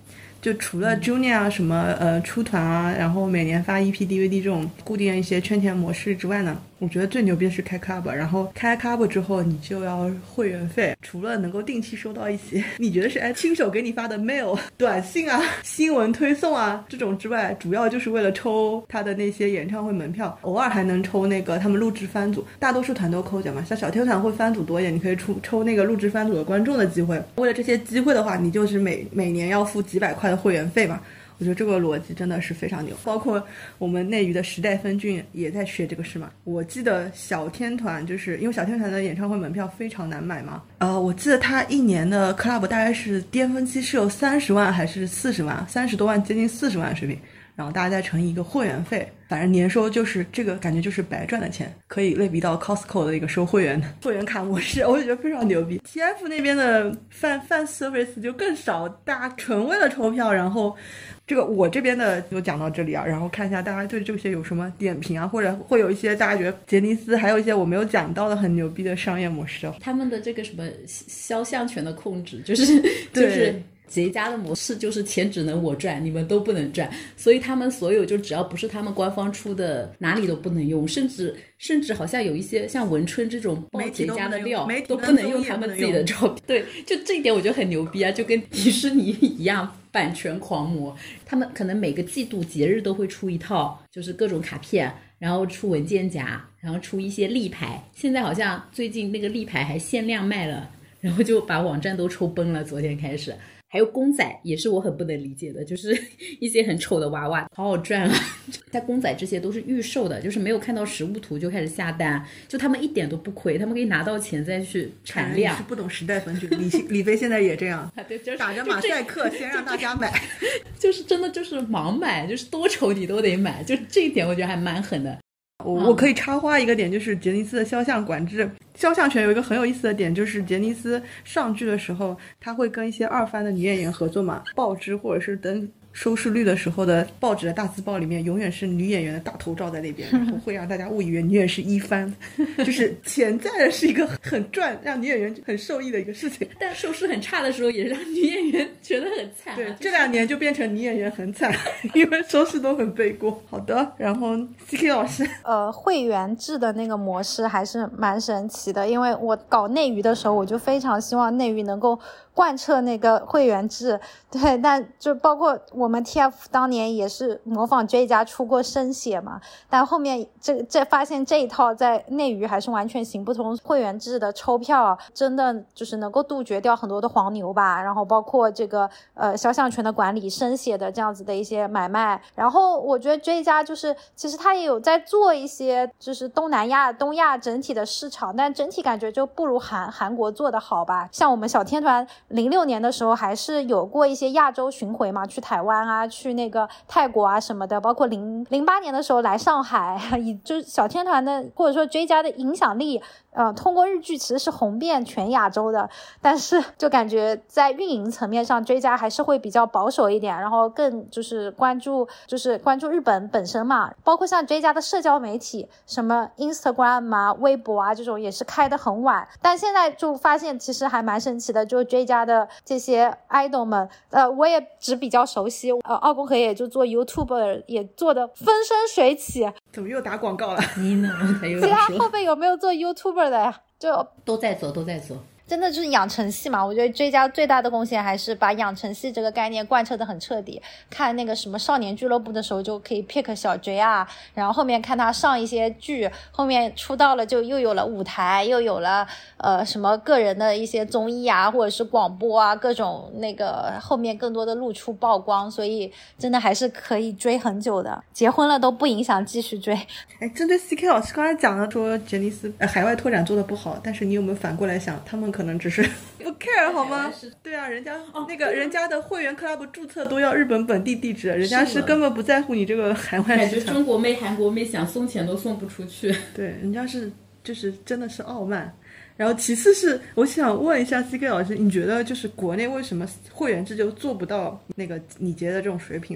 就除了 Junior 啊什么呃出团啊，然后每年发 E P D V D 这种固定的一些圈钱模式之外呢，我觉得最牛逼的是开 club， 然后开 club 之后你就要会员费，除了能够定期收到一些你觉得是哎亲手给你发的 mail 短信啊新闻推送啊这种之外，主要就是为了抽他的那些演唱会门票，偶尔还能抽那个他们录制番组，大多数团都扣奖嘛，像小天团会番组多一点，你可以出抽那个录制番组的观众的机会，为了这些机会的话，你就是每每年要付几百块的会员费嘛。我觉得这个逻辑真的是非常牛，包括我们内娱的时代分郡也在学这个事嘛。我记得小天团就是因为小天团的演唱会门票非常难买嘛，呃，我记得他一年的 club 大概是巅峰期是有三十万还是四十万，三十多万接近四十万的水平，然后大家再乘以一个会员费，反正年收就是这个感觉就是白赚的钱，可以类比到 Costco 的一个收会员会员卡模式，我就觉得非常牛逼。T F 那边的 fan fan service 就更少，大家纯为了抽票，然后这个我这边的就讲到这里啊，然后看一下大家对这些有什么点评啊，或者会有一些大家觉得杰尼斯还有一些我没有讲到的很牛逼的商业模式哦。 他们的这个什么肖像权的控制，就是就是杰家的模式就是钱只能我赚，你们都不能赚，所以他们所有就只要不是他们官方出的哪里都不能用，甚至甚至好像有一些像文春这种爆杰家的料都不能用他们自己的照片。对，就这一点我觉得很牛逼啊，就跟迪士尼一样版权狂魔。他们可能每个季度节日都会出一套，就是各种卡片，然后出文件夹，然后出一些立牌，现在好像最近那个立牌还限量卖了，然后就把网站都抽崩了，昨天开始。还有公仔也是我很不能理解的，就是一些很丑的娃娃好好赚啊。在公仔这些都是预售的，就是没有看到实物图就开始下单，就他们一点都不亏，他们可以拿到钱再去产量。 你是不懂时代分距，李李飞现在也这样， 啊、对，就是、 打着马赛克先让大家买， 就是真的就是盲买，就是多丑你都得买，就这一点我觉得还蛮狠的。 我我可以插花一个点，就是杰尼斯的肖像管制。肖像权有一个很有意思的点，就是杰尼斯上剧的时候，他会跟一些二番的女演员合作嘛，报纸或者是等收视率的时候的报纸的大字报里面永远是女演员的大头照在那边，然后会让大家误以为女演员是一番，就是潜在的是一个很赚让女演员很受益的一个事情， 但收视很差的时候也让女演员觉得很惨、啊、 对、 就是、 这两年就变成女演员很惨，因为收视都很背锅。好的，然后 C K 老师呃会员制的那个模式还是蛮神奇的，因为我搞内娱的时候我就非常希望内娱能够贯彻那个会员制，对，但就包括我们 T F 当年也是模仿 J 家出过生写嘛，但后面这这发现这一套在内娱还是完全行不通，会员制的抽票真的就是能够杜绝掉很多的黄牛吧，然后包括这个呃肖像权的管理、生写的这样子的一些买卖，然后我觉得 J 家就是其实他也有在做一些就是东南亚、东亚整体的市场，但整体感觉就不如韩韩国做的好吧。像我们小天团零六年的时候还是有过一些亚洲巡回嘛，去台湾啊，去那个泰国啊什么的，包括零零八年的时候来上海，以就是小天团的或者说 J 家的影响力呃，通过日剧其实是红遍全亚洲的，但是就感觉在运营层面上 J 家还是会比较保守一点，然后更就是关注就是关注日本本身嘛，包括像 J 家的社交媒体什么 Instagram 啊、微博啊这种也是开得很晚，但现在就发现其实还蛮神奇的，就 J 家的这些 idol 们呃，我也只比较熟悉，呃，二宫和也就做 YouTuber 也做得风生水起。 怎么又打广告了？ 你呢？他又其他后辈有没有做 YouTuber 的呀？就都在做，都在做。 真的就是养成系嘛，我觉得追加最大的贡献还是把养成系这个概念贯彻的很彻底。看那个什么少年俱乐部的时候就可以 pick 小 J 啊，然后后面看他上一些剧，后面出道了就又有了舞台，又有了呃什么个人的一些综艺啊，或者是广播啊，各种那个后面更多的露出曝光，所以真的还是可以追很久的，结婚了都不影响继续追。 哎，针对 C K 老师刚才讲的说杰尼斯、呃、海外拓展做的不好，但是你有没有反过来想，他们可能只是不 care 好吗？对啊，人家、哦、那个人家的会员 club 注册都要日本本地地址，人家是根本不在乎你这个海外市场。 感觉中国妹韩国妹想送钱都送不出去。 对，人家是就是真的是傲慢。然后其次是我想问一下 C K 老师，你觉得就是国内为什么会员制就做不到那个你觉得这种水平呢？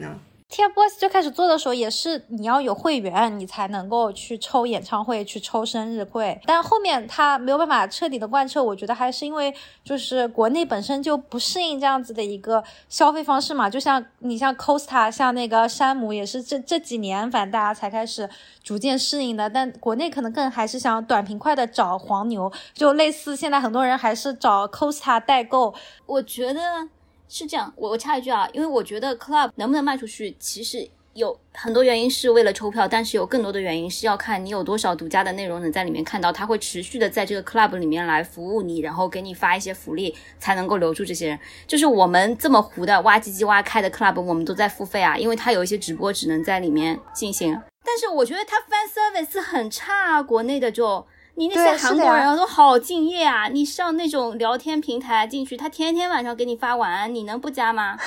TFBOYS 最开始做的时候也是你要有会员你才能够去抽演唱会去抽生日会，但后面它没有办法彻底的贯彻，我觉得还是因为就是国内本身就不适应这样子的一个消费方式嘛，就像你像 Costa 像那个山姆也是这这几年反正大家才开始逐渐适应的，但国内可能更还是想短平快的找黄牛，就类似现在很多人还是找 Costa 代购。 我觉得是这样，我我插一句啊，因为我觉得 club 能不能卖出去其实有很多原因是为了抽票，但是有更多的原因是要看你有多少独家的内容能在里面看到，他会持续的在这个 club 里面来服务你，然后给你发一些福利才能够留住这些人。就是我们这么糊的挖唧唧挖开的 club 我们都在付费啊，因为它有一些直播只能在里面进行，但是我觉得它 fan service 很差啊，国内的就你那些韩国人都好敬业啊，你上那种聊天平台进去，他天天晚上给你发晚安，你能不加吗？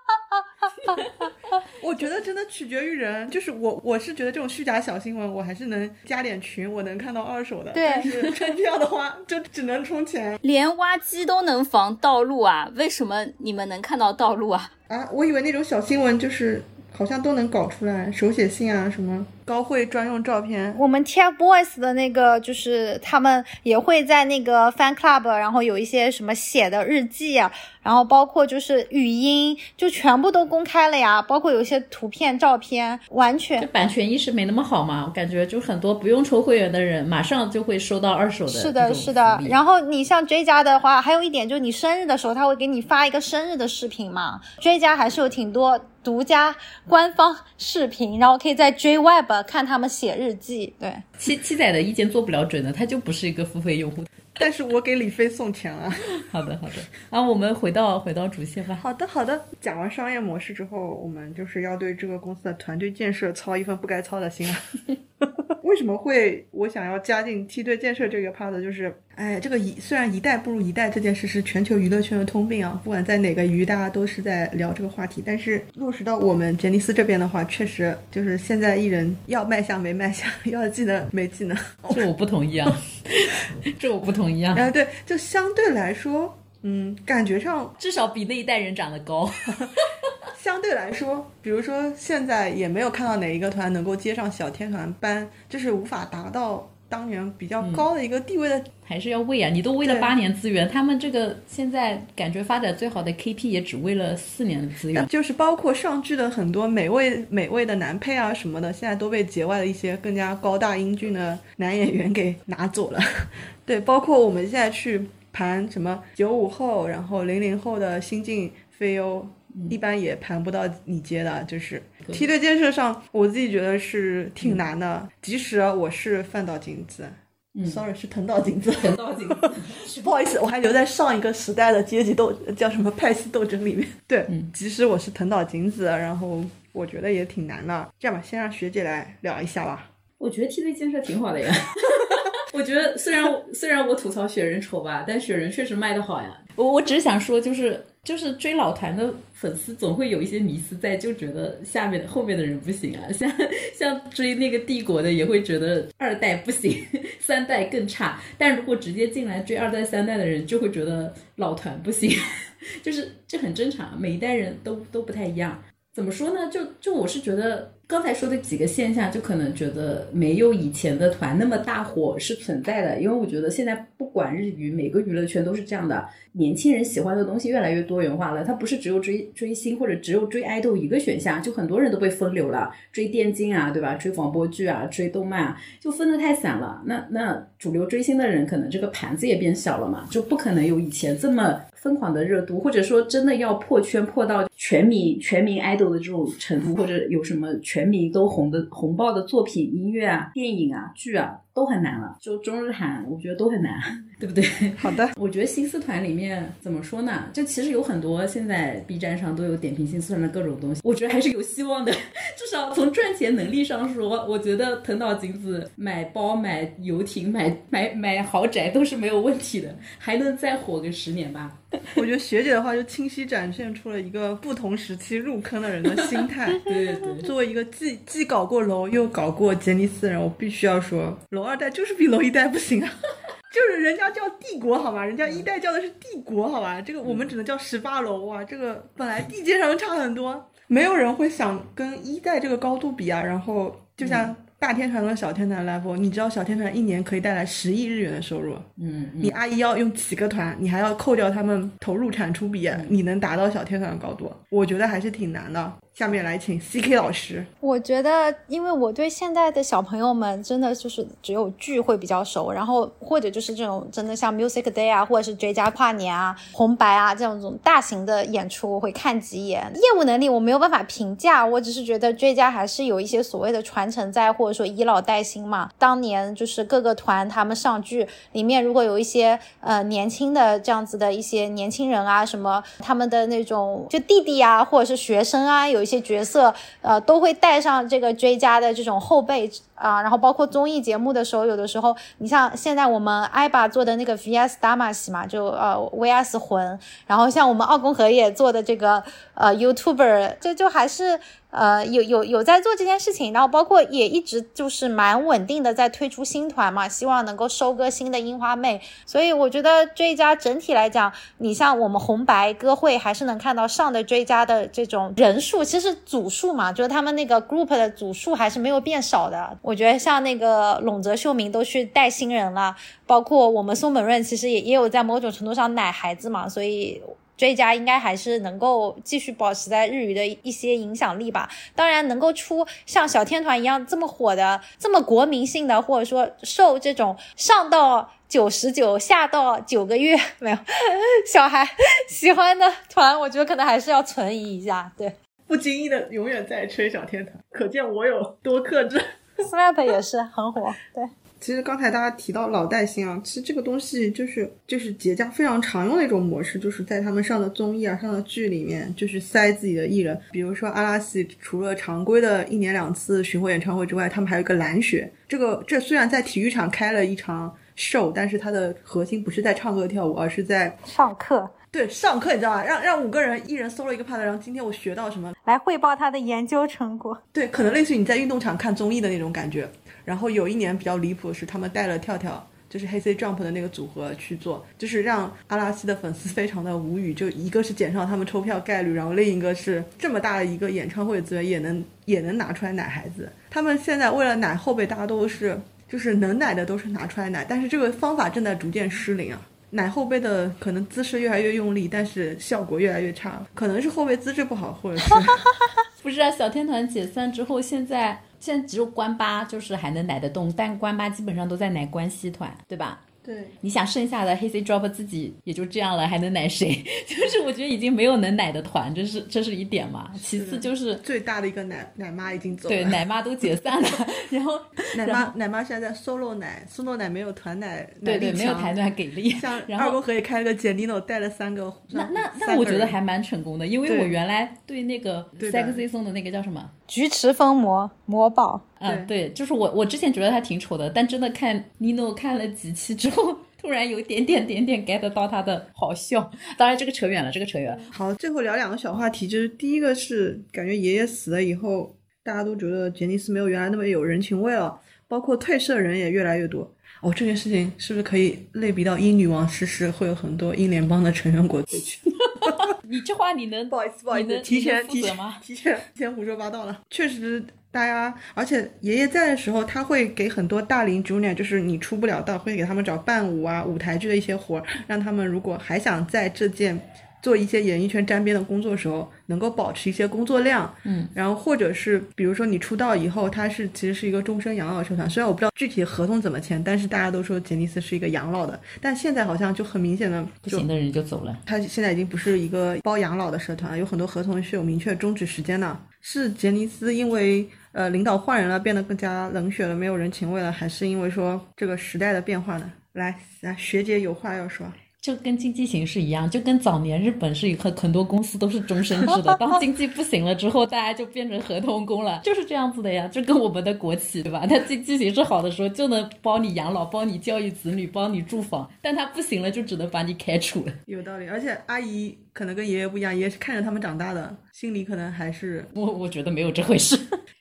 我觉得真的取决于人，就是我我是觉得这种虚假小新闻我还是能加点群，我能看到二手的， 对， 但是充票的话就只能充钱。 连挖机都能防盗录啊，为什么你们能看到盗录啊？ 啊，我以为那种小新闻就是好像都能搞出来，手写信啊什么高会专用照片。 我们 TFBOYS 的那个就是他们也会在那个 fan club 然后有一些什么写的日记啊，然后包括就是语音就全部都公开了呀，包括有一些图片照片，完全就版权意识没那么好嘛，我感觉就很多不用抽会员的人马上就会收到二手的。 是的是的，然后你像 J 家的话还有一点就是你生日的时候他会给你发一个生日的视频嘛， J 家还是有挺多独家官方视频，然后可以在 J Web 看他们写日记。对， 七七仔的意见做不了准的，他就不是一个付费用户。 但是我给李飞送钱了。 好的好的，然后我们回到回到主线吧。 好的好的，讲完商业模式之后，我们就是要对这个公司的团队建设操一份不该操的心了。为什么会我想要加进梯队建设这个 part， 就是哎，这个一虽然一代不如一代这件事是全球娱乐圈的通病啊，不管在哪个娱大家都是在聊这个话题，但是落实到我们杰尼斯这边的话，确实就是现在艺人要卖相没卖相，要技能没技能。 这我不同意啊。这我不同意啊。 哎，对，就相对来说嗯，感觉上至少比那一代人长得高。 相对来说，比如说现在也没有看到哪一个团能够接上小天团班，就是无法达到当年比较高的一个地位的、嗯、 还是要喂啊，你都喂了八年资源，他们这个现在感觉发展最好的 K P 也只喂了四年的资源， 就是包括上剧的很多美味美味的男配啊什么的，现在都被节外的一些更加高大英俊的男演员给拿走了。对，包括我们现在去盘什么九五后然后零零后的新晋飞优，一般也盘不到你接的，就是梯队建设上我自己觉得是挺难的、嗯、即使我是饭岛景子、嗯、sorry 是藤岛景子藤岛景子不好意思，我还留在上一个时代的阶级斗叫什么派系斗争里面。对、嗯、即使我是藤岛景子，然后我觉得也挺难的。这样吧，先让学姐来聊一下吧。 我觉得梯队建设挺好的呀。我觉得虽然虽然我吐槽雪人丑吧，但雪人确实卖得好呀。我我只是想说，就是就是追老团的粉丝总会有一些迷思在，就觉得下面后面的人不行啊，像像追那个帝国的也会觉得二代不行，三代更差。但如果直接进来追二代三代的人，就会觉得老团不行，就是这很正常，每一代人都都不太一样。怎么说呢？就就我是觉得刚才说的几个现象，就可能觉得没有以前的团那么大火是存在的，因为我觉得现在不管日娱，每个娱乐圈都是这样的，年轻人喜欢的东西越来越多元化了，它不是只有追追星或者只有追爱豆一个选项，就很多人都被分流了，追电竞啊，对吧？追广播剧啊，追动漫啊，就分得太散了。那那主流追星的人可能这个盘子也变小了嘛，就不可能有以前这么疯狂的热度，或者说真的要破圈破到全民全民爱豆的这种程度，或者有什么全民都红的红爆的作品，音乐啊、电影啊、剧啊都很难了，就中日韩我觉得都很难，对不对？ 好的， 我觉得新四团里面怎么说呢，就其实有很多现在 B 站上都有点评新四团的各种东西，我觉得还是有希望的，至少从赚钱能力上说，我觉得藤岛景子买包买游艇买买买豪宅都是没有问题的，还能再火个十年吧。 我觉得学姐的话就清晰展现出了一个不同时期入坑的人的心态。 对对对， 作为一个既既搞过楼又搞过杰尼斯人，我必须要说楼二代就是比楼一代不行啊。就是人家叫帝国好吗，人家一代叫的是帝国好吧，这个我们只能叫十八楼啊，这个本来地界上差很多。 没有人会想跟一代这个高度比啊。然后就像大天团和小天团 level， 你知道小天团一年可以带来十亿日元的收入， 嗯， 你阿姨要用几个团，你还要扣掉他们投入产出比，你能达到小天团的高度，我觉得还是挺难的。下面来请 C K 老师。 我觉得因为我对现在的小朋友们真的就是只有剧会比较熟，然后或者就是这种真的像 Music Day 啊，或者是追加跨年啊、红白啊这种大型的演出我会看几眼。业务能力我没有办法评价，我只是觉得追加还是有一些所谓的传承在，或者说以老带新嘛。当年就是各个团他们上剧里面如果有一些呃年轻的这样子的一些年轻人啊，什么他们的那种就弟弟啊或者是学生啊，有一些角色呃都会带上这个追加的这种后辈啊、呃，然后包括综艺节目的时候，有的时候你像现在我们 I B A 做的那个 V S 达玛西嘛，就呃 V S 魂，然后像我们奥宫和也做的这个呃 YouTuber， 就就还是呃有有有在做这件事情，然后包括也一直就是蛮稳定的在推出新团嘛，希望能够收割新的樱花妹。所以我觉得追加整体来讲，你像我们红白歌会还是能看到上的追加的这种人数，其实组数嘛，就是他们那个 group 的组数还是没有变少的。我觉得像那个陇泽秀明都去带新人了，包括我们松本润其实也也有在某种程度上奶孩子嘛，所以追加应该还是能够继续保持在日语的一些影响力吧。当然能够出像小天团一样这么火的这么国民性的，或者说受这种上到九十九下到九个月没有小孩喜欢的团，我觉得可能还是要存疑一下。对， 不经意的永远在吹小天团，可见我有多克制。 S M A P 也是很火。对， 其实刚才大家提到老带新啊，其实这个东西就是就是节家非常常用的一种模式，就是在他们上的综艺啊、上的剧里面，就是塞自己的艺人。比如说阿拉西，除了常规的一年两次巡回演唱会之外，他们还有一个蓝雪。这个这虽然在体育场开了一场秀，但是它的核心不是在唱歌跳舞，而是在上课。 对，上课你知道吧？让让五个人一人 solo 一个 part， 然后今天我学到什么， 来汇报他的研究成果。 对，可能类似于你在运动场看综艺的那种感觉。然后有一年比较离谱的是，他们带了跳跳，就是黑 C Jump 的那个组合去做，就是让阿拉西的粉丝非常的无语。就一个是减少他们抽票概率，然后另一个是这么大的一个演唱会资源也能也能拿出来奶孩子。他们现在为了奶后辈，大家都是就是能奶的都是拿出来奶，但是这个方法正在逐渐失灵啊。奶后辈的可能姿势越来越用力，但是效果越来越差，可能是后辈资质不好，或者是不是啊。小天团解散之后，现在现在只有关八就是还能奶得动，但关八基本上都在奶关西团，对吧？ 对， 你想剩下的黑 C Drop 自己也就这样了，还能奶谁？就是我觉得已经没有能奶的团，这是这是一点嘛。其次就是最大的一个奶奶妈已经走了， 对，奶妈都解散了，然后奶妈奶妈现在在 solo 奶 solo 奶没有团奶， 对对，没有团奶给力。 像二宫和也开了个简历 no 带了三个， 那那那我觉得还蛮成功的，因为我原来对那个 sexy song 的那个叫什么菊池风磨魔宝。 嗯，对，就是我我之前觉得他挺丑的，但真的看 Nino 看了几期之后，突然有点点点点 get 到他的好笑。当然这个扯远了，这个扯远了。 好，最后聊两个小话题，就是第一个是感觉爷爷死了以后，大家都觉得杰尼斯没有原来那么有人情味了，包括退社人也越来越多。哦，这件事情是不是可以类比到英女王逝世，会有很多英联邦的成员国退去？ 你这话你能不好意思不好意思，提前提前提前提前胡说八道了。确实大家，而且爷爷在的时候，他会给很多大龄 junior， 就是你出不了道，会给他们找伴舞啊、舞台剧的一些活，让他们如果还想在这件做一些演艺圈沾边的工作的时候，能够保持一些工作量。 嗯， 然后或者是比如说你出道以后，它是其实是一个终身养老社团，虽然我不知道具体合同怎么签，但是大家都说杰尼斯是一个养老的，但现在好像就很明显的不行的人就走了， 他现在已经不是一个包养老的社团，有很多合同是有明确终止时间的。是杰尼斯因为呃领导换人了，变得更加冷血了，没有人情味了，还是因为说这个时代的变化呢？来，来学姐有话要说。 就跟经济形势一样，就跟早年日本是很很多公司都是终身制的，当经济不行了之后，大家就变成合同工了，就是这样子的呀。就跟我们的国企对吧，它经济形势好的时候就能帮你养老，帮你教育子女，帮你住房，但它不行了就只能把你开除了。 有道理，而且阿姨可能跟爷爷不一样，爷爷是看着他们长大的，心里可能还是我我觉得没有这回事。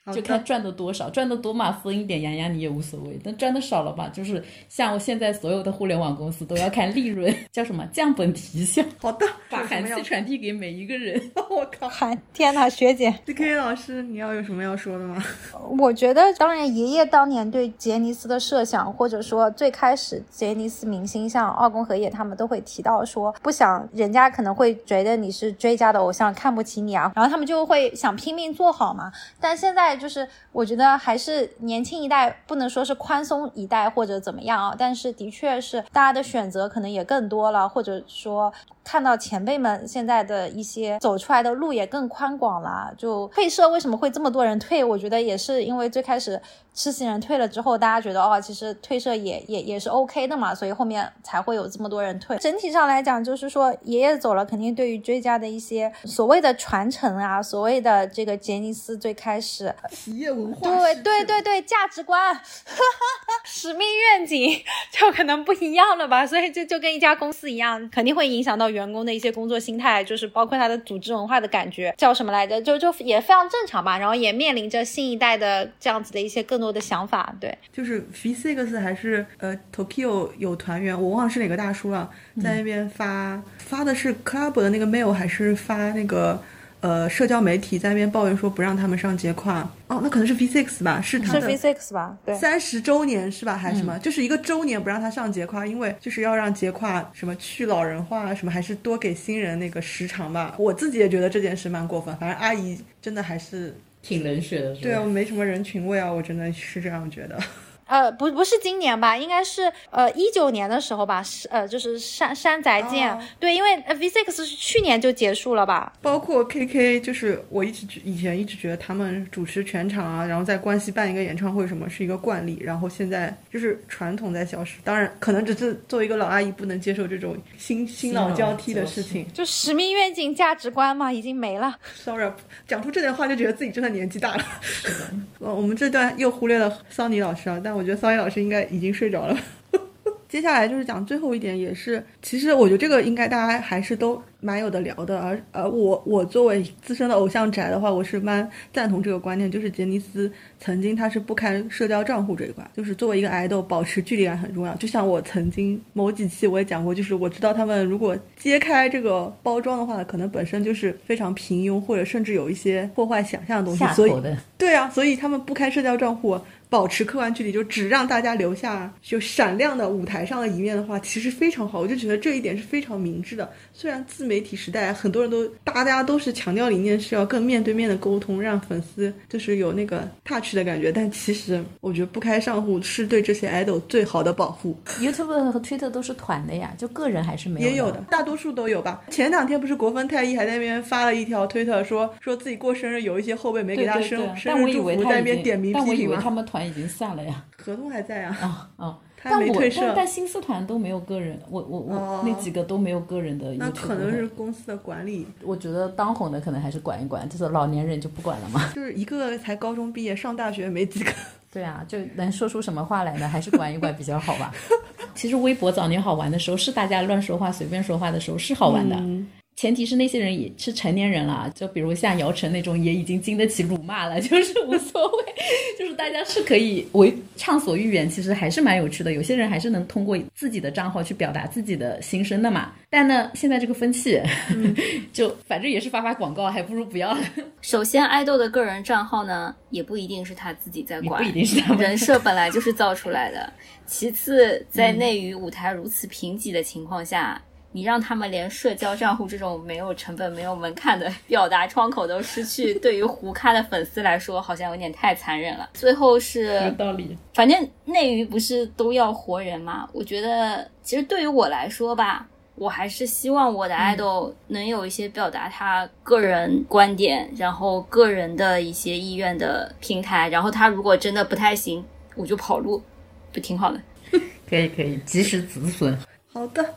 就看赚的多少，赚的多嘛分一点养养你也无所谓，但赚的少了吧，就是像我现在所有的互联网公司都要看利润，叫什么降本提效。 好的， 把寒气传递给每一个人。 我靠， 寒天哪，学姐 C K 老师你要有什么要说的吗？ 我觉得当然爷爷当年对杰尼斯的设想，或者说最开始杰尼斯明星像二宫和也他们都会提到说，不想人家可能会觉得你是追家的偶像，看不起你啊，然后他们就会想拼命做好嘛。但现在就是我觉得还是年轻一代不能说是宽松一代或者怎么样啊，但是的确是大家的选择可能也更多了，或者说看到前辈们现在的一些走出来的路也更宽广了。就退社为什么会这么多人退，我觉得也是因为最开始痴情人退了之后，大家觉得哦，其实退社也也也是 OK 的嘛，所以后面才会有这么多人退。整体上来讲，就是说爷爷走了，肯定对于追加的一些所谓的传承啊，所谓的这个杰尼斯最开始企业文化， 对对对对，价值观使命愿景就可能不一样了吧，所以就就跟一家公司一样，肯定会影响到员工的一些工作心态，就是包括他的组织文化的感觉，叫什么来着，就就也非常正常吧。然后也面临着新一代的这样子的一些更多的想法。对， 就是 V 六 还是呃 Tokyo 有团员，我忘了是哪个大叔了，在那边发、嗯、发的是 Club 的那个 mail 还是发那个呃社交媒体，在那边抱怨说不让他们上节跨。哦，那可能是 V 六 吧，是他的是 V 六 吧？对， 三十周年是吧？还是什么、嗯？就是一个周年不让他上节跨，因为就是要让节跨什么去老人化什么，还是多给新人那个时长吧。我自己也觉得这件事蛮过分，反正阿姨真的还是挺冷血的，是吧？ 对啊，我没什么人群味啊，我真的是这样觉得。 呃，不，不是今年吧，应该是呃一九年的时候吧，是呃就是山山宅见、哦，对，因为 V 六 是去年就结束了吧。 包括 K K， 就是我一直以前一直觉得他们主持全场啊，然后在关西办一个演唱会什么是一个惯例，然后现在就是传统在消失。当然，可能只是作为一个老阿姨不能接受这种新新老交替的事情， 就使命愿景价值观嘛，已经没了。 Sorry， 讲出这点话就觉得自己真的年纪大了。是的，我们这段又忽略了桑尼老师啊，但我觉得桑尼老师应该已经睡着了。接下来就是讲最后一点，也是其实我觉得这个应该大家还是都蛮有的聊的，而而我我作为资深的偶像宅的话，我是蛮赞同这个观念，就是杰尼斯曾经他是不开社交账户这一块，就是作为一个 idol 保持距离感很重要。就像我曾经某几期我也讲过，就是我知道他们如果揭开这个包装的话，可能本身就是非常平庸，或者甚至有一些破坏想象的东西， 下头的。 所以对啊，所以他们不开社交账户，保持客观距离，就只让大家留下就闪亮的舞台上的一面的话，其实非常好。我就觉得这一点是非常明智的。虽然自媒体时代很多人都大家都是强调理念是要更面对面的沟通，让粉丝就是有那个 touch 的感觉，但其实我觉得不开账户是对这些 idol 最好的保护。 YouTube 和 Twitter 都是团的呀，就个人还是没有的。 也有的，大多数都有吧。前两天不是国分太一还在那边发了一条推特，说说自己过生日有一些后辈没给他生生日祝福，在那边点名批评。 但我以为他们团已经散了呀， 合同还在啊。 啊啊！ 他没退社， 但但新四团都没有个人，我我我、哦、那几个都没有个人的 YouTube。 那可能是公司的管理。 我觉得当红的可能还是管一管，就是老年人就不管了嘛。 就是一个才高中毕业，上大学没几个。 对啊，就能说出什么话来呢？还是管一管比较好吧。其实微博早年好玩的时候，是大家乱说话、随便说话的时候是好玩的。嗯，前提是那些人也是成年人了，就比如像姚晨那种也已经经得起辱骂了，就是无所谓，就是大家是可以为畅所欲言，其实还是蛮有趣的。有些人还是能通过自己的账号去表达自己的心声的嘛。但呢，现在这个风气，嗯、就反正也是发发广告，还不如不要了。 首先，爱豆的个人账号呢，也不一定是他自己在管， 也不一定是他们人设本来就是造出来的。其次，在内娱舞台如此贫瘠的情况下。嗯，你让他们连社交账户这种没有成本没有门槛的表达窗口都失去，对于胡咖的粉丝来说好像有点太残忍了。最后是有道理， 反正内娱不是都要活人嘛，我觉得其实对于我来说吧，我还是希望我的 idol 能有一些表达他个人观点、嗯、然后个人的一些意愿的平台，然后他如果真的不太行我就跑路，不挺好的。 可以可以及时止损。 好的，那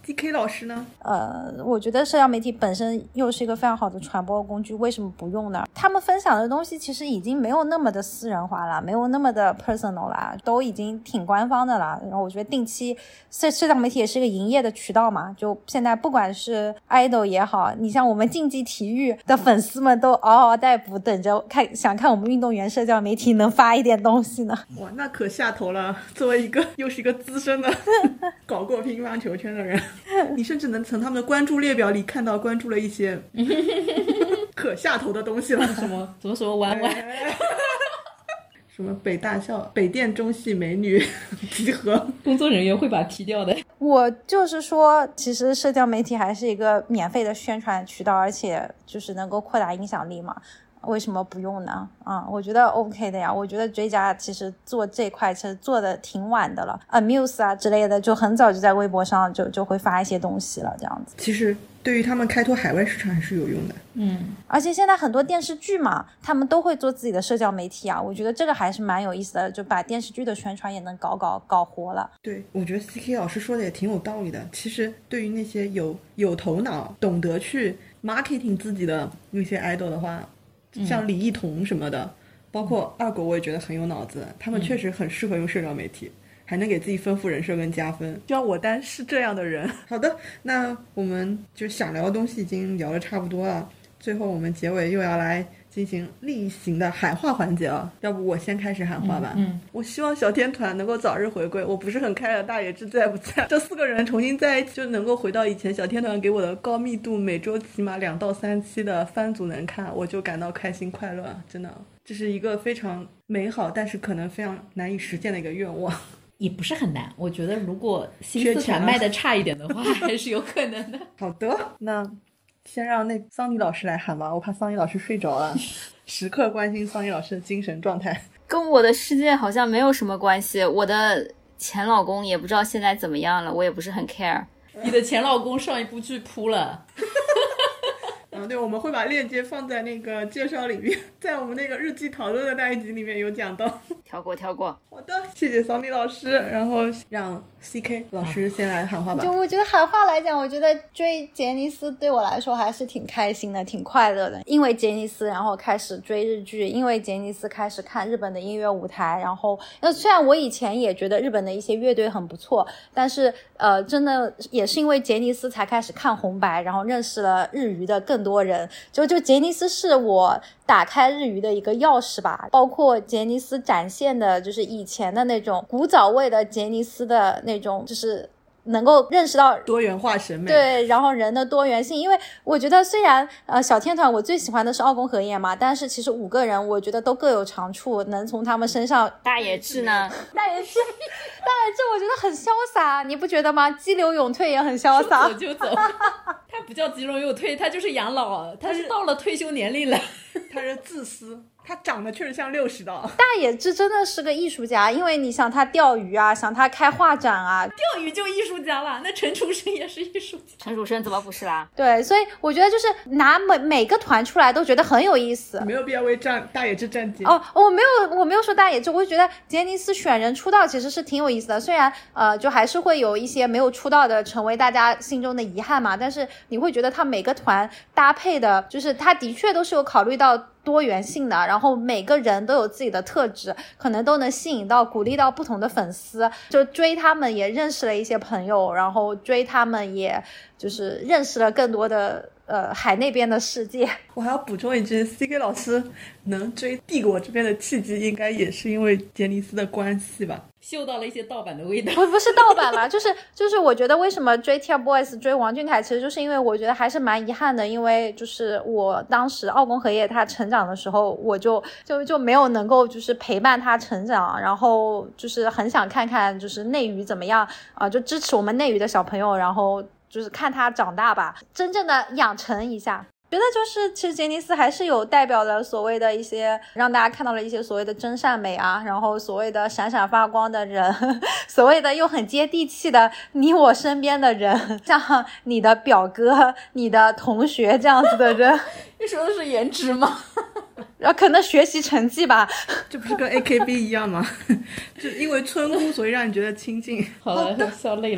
D K 老师呢？ 呃，我觉得社交媒体本身又是一个非常好的传播工具，为什么不用呢？他们分享的东西其实已经没有那么的私人化了，没有那么的 personal 啦，都已经挺官方的了。然后我觉得定期社社交媒体也是一个营业的渠道嘛，就现在不管是 idol 也好，你像我们竞技体育的粉丝们都嗷嗷待哺，等着看，想看我们运动员社交媒体能发一点东西呢。 哇，那可下头了！作为一个又是一个资深的搞过乒乓球圈的人，你甚至能从他们的关注列表里看到关注了一些可下头的东西了。 什么怎么什么玩玩什么北大校北电中戏美女集合， 工作人员会把它踢掉的。 我就是说，其实社交媒体还是一个免费的宣传渠道，而且就是能够扩大影响力嘛。为什么不用呢？啊、嗯，我觉得 OK 的呀。我觉得追加其实做这块其实做的挺晚的了 ，Amuse 啊之类的，就很早就在微博上就就会发一些东西了，这样子。 其实对于他们开拓海外市场还是有用的。 嗯， 而且现在很多电视剧嘛，他们都会做自己的社交媒体啊，我觉得这个还是蛮有意思的，就把电视剧的宣传也能搞搞搞活了。 对，我觉得 C K 老师说的也挺有道理的。其实对于那些有有头脑、懂得去 marketing 自己的那些 idol 的话，像李一桐什么的、嗯、包括二狗，我也觉得很有脑子，他们确实很适合用社交媒体、嗯、还能给自己丰富人设跟加分。希望我单是这样的人。好的，那我们就想聊的东西已经聊得差不多了，最后我们结尾又要来进行例行的喊话环节了，要不我先开始喊话吧。 嗯, 嗯我希望小天团能够早日回归，我不是很开了大野智在不在，这四个人重新在一起就能够回到以前小天团给我的高密度每周起码两到三期的番组能看，我就感到开心快乐，真的这是一个非常美好但是可能非常难以实现的一个愿望。 也不是很难，我觉得如果新四团卖的差一点的话还是有可能的。 好的，那先让那桑尼老师来喊吧，我怕桑尼老师睡着了。时刻关心桑尼老师的精神状态。 跟我的世界好像没有什么关系，我的前老公也不知道现在怎么样了，我也不是很 care。 你的前老公上一部剧扑了。 嗯，对，我们会把链接放在那个介绍里面，在我们那个日记讨论的那一集里面有讲到。 跳过跳过。 好的，谢谢桑尼老师，然后让 C K 老师先来喊话吧。 就我觉得喊话来讲，我觉得追杰尼斯对我来说还是挺开心的，挺快乐的。因为杰尼斯然后开始追日剧，因为杰尼斯开始看日本的音乐舞台，然后那虽然我以前也觉得日本的一些乐队很不错，但是呃，真的也是因为杰尼斯才开始看红白，然后认识了日语的更多人。就就杰尼斯是我打开日语的一个钥匙吧，包括杰尼斯展现的就是以前的那种古早味的杰尼斯的那种，就是能够认识到多元化审美， 对，然后人的多元性。因为我觉得虽然呃小天团我最喜欢的是奥宫和也嘛，但是其实五个人我觉得都各有长处，能从他们身上。 大野智呢？ 大野智大野智我觉得很潇洒，你不觉得吗？激流勇退也很潇洒， 说走就走。他不叫激流勇退，他就是养老，他是到了退休年龄了。 他是自私，他长得确实像六十的。 大野智真的是个艺术家，因为你想他钓鱼啊，想他开画展啊， 钓鱼就艺术家了。那陈楚生也是艺术家， 陈楚生怎么不是啦？ 对，所以我觉得就是拿每每个团出来都觉得很有意思， 没有必要为站大野智站街。 哦，我没有我没有说大野智，我就觉得杰尼斯选人出道其实是挺有意思的，虽然呃就还是会有一些没有出道的成为大家心中的遗憾嘛，但是你会觉得他每个团搭配的，就是他的确都是有考虑到多元性的，然后每个人都有自己的特质，可能都能吸引到鼓励到不同的粉丝，就追他们也认识了一些朋友，然后追他们也就是认识了更多的呃海那边的世界。 我还要补充一句， C K 老师能追帝国这边的契机应该也是因为杰尼斯的关系吧， 嗅到了一些盗版的味道。 不不是盗版啦，就是就是我觉得为什么追 TFBOYS 追王俊凯，其实就是因为我觉得还是蛮遗憾的，因为就是我当时奥宫和也他成长的时候，我就就就没有能够就是陪伴他成长，然后就是很想看看就是内娱怎么样啊、呃，就支持我们内娱的小朋友，然后就是看他长大吧，真正的养成一下。觉得就是其实杰尼斯还是有代表了所谓的一些让大家看到了一些所谓的真善美啊，然后所谓的闪闪发光的人，所谓的又很接地气的你我身边的人，像你的表哥你的同学这样子的人。 你说的是颜值吗？ 然后可能学习成绩吧， 这不是跟 A K B 一样吗？就因为村姑所以让你觉得亲近。 好了，笑累了。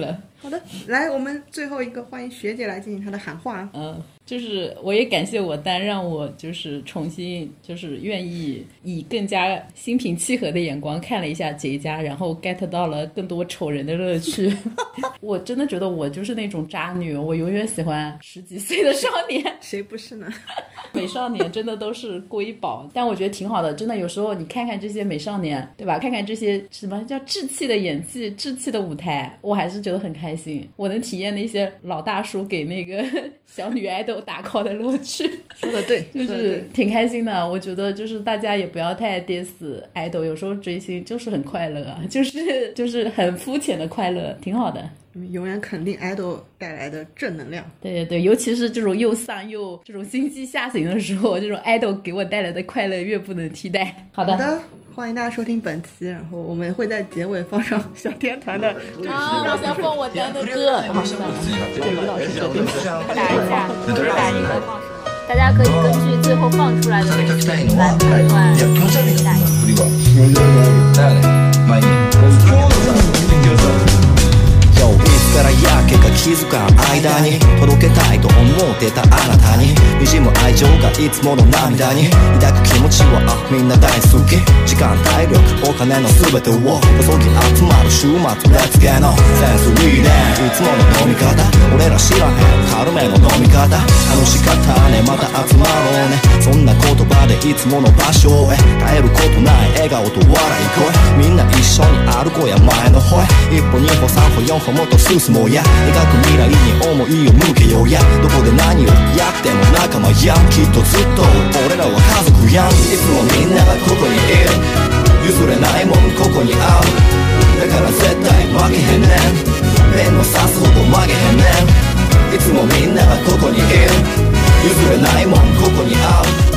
好的，来，我们最后一个欢迎学姐来进行她的喊话。 嗯，就是我也感谢我丹，让我就是重新就是愿意以更加心平气和的眼光看了一下结痂，然后 get 到了更多丑人的乐趣。我真的觉得我就是那种渣女，我永远喜欢十几岁的少年。 谁不是呢？ 美少年真的都是瑰宝，但我觉得挺好的，真的有时候你看看这些美少年，对吧？看看这些什么叫稚气的演技、稚气的舞台，我还是觉得很开心。我能体验那些老大叔给那个小女爱豆打 call 的乐趣。 说的对， 就是挺开心的。我觉得就是大家也不要太跌死爱豆，有时候追星就是很快乐啊，就是就是很肤浅的快乐，挺好的。 永远肯定爱豆带来的正能量。 对对对，尤其是这种又丧又这种心悸下行的时候，这种爱豆给我带来的快乐越不能替代。好的， 好的，欢迎大家收听本期，然后我们会在结尾放上小天团的。 啊，我想放我丹的歌。好，算了，对于老师这边打一下，打一个放什么？大家可以根据最后放出来的东西来判断打一からやけが気づかん間に届けたいと思ってたあなたに滲む愛情がいつもの涙に抱く気持ちはあみんな大好き時間体力お金の全てを注ぎ集まる週末レッツゲーのセンスリーデンいつもの飲み方俺ら知らへん軽めの飲み方楽しかったねまた集まろうねそんな言葉でいつもの場所へ変えることない笑顔と笑い声みんな一緒に歩こうや前の方へ一歩二歩三歩四歩もっと進もうや描く未来に思いを向けようやどこで何をやっても仲間やんきっとずっと俺らは家族やんいつもみんながここにいる譲れないもんここにあるだから絶対負けへんねんペンの刺すほど曲げへんねんいつもみんながここにいる譲れないもんここにある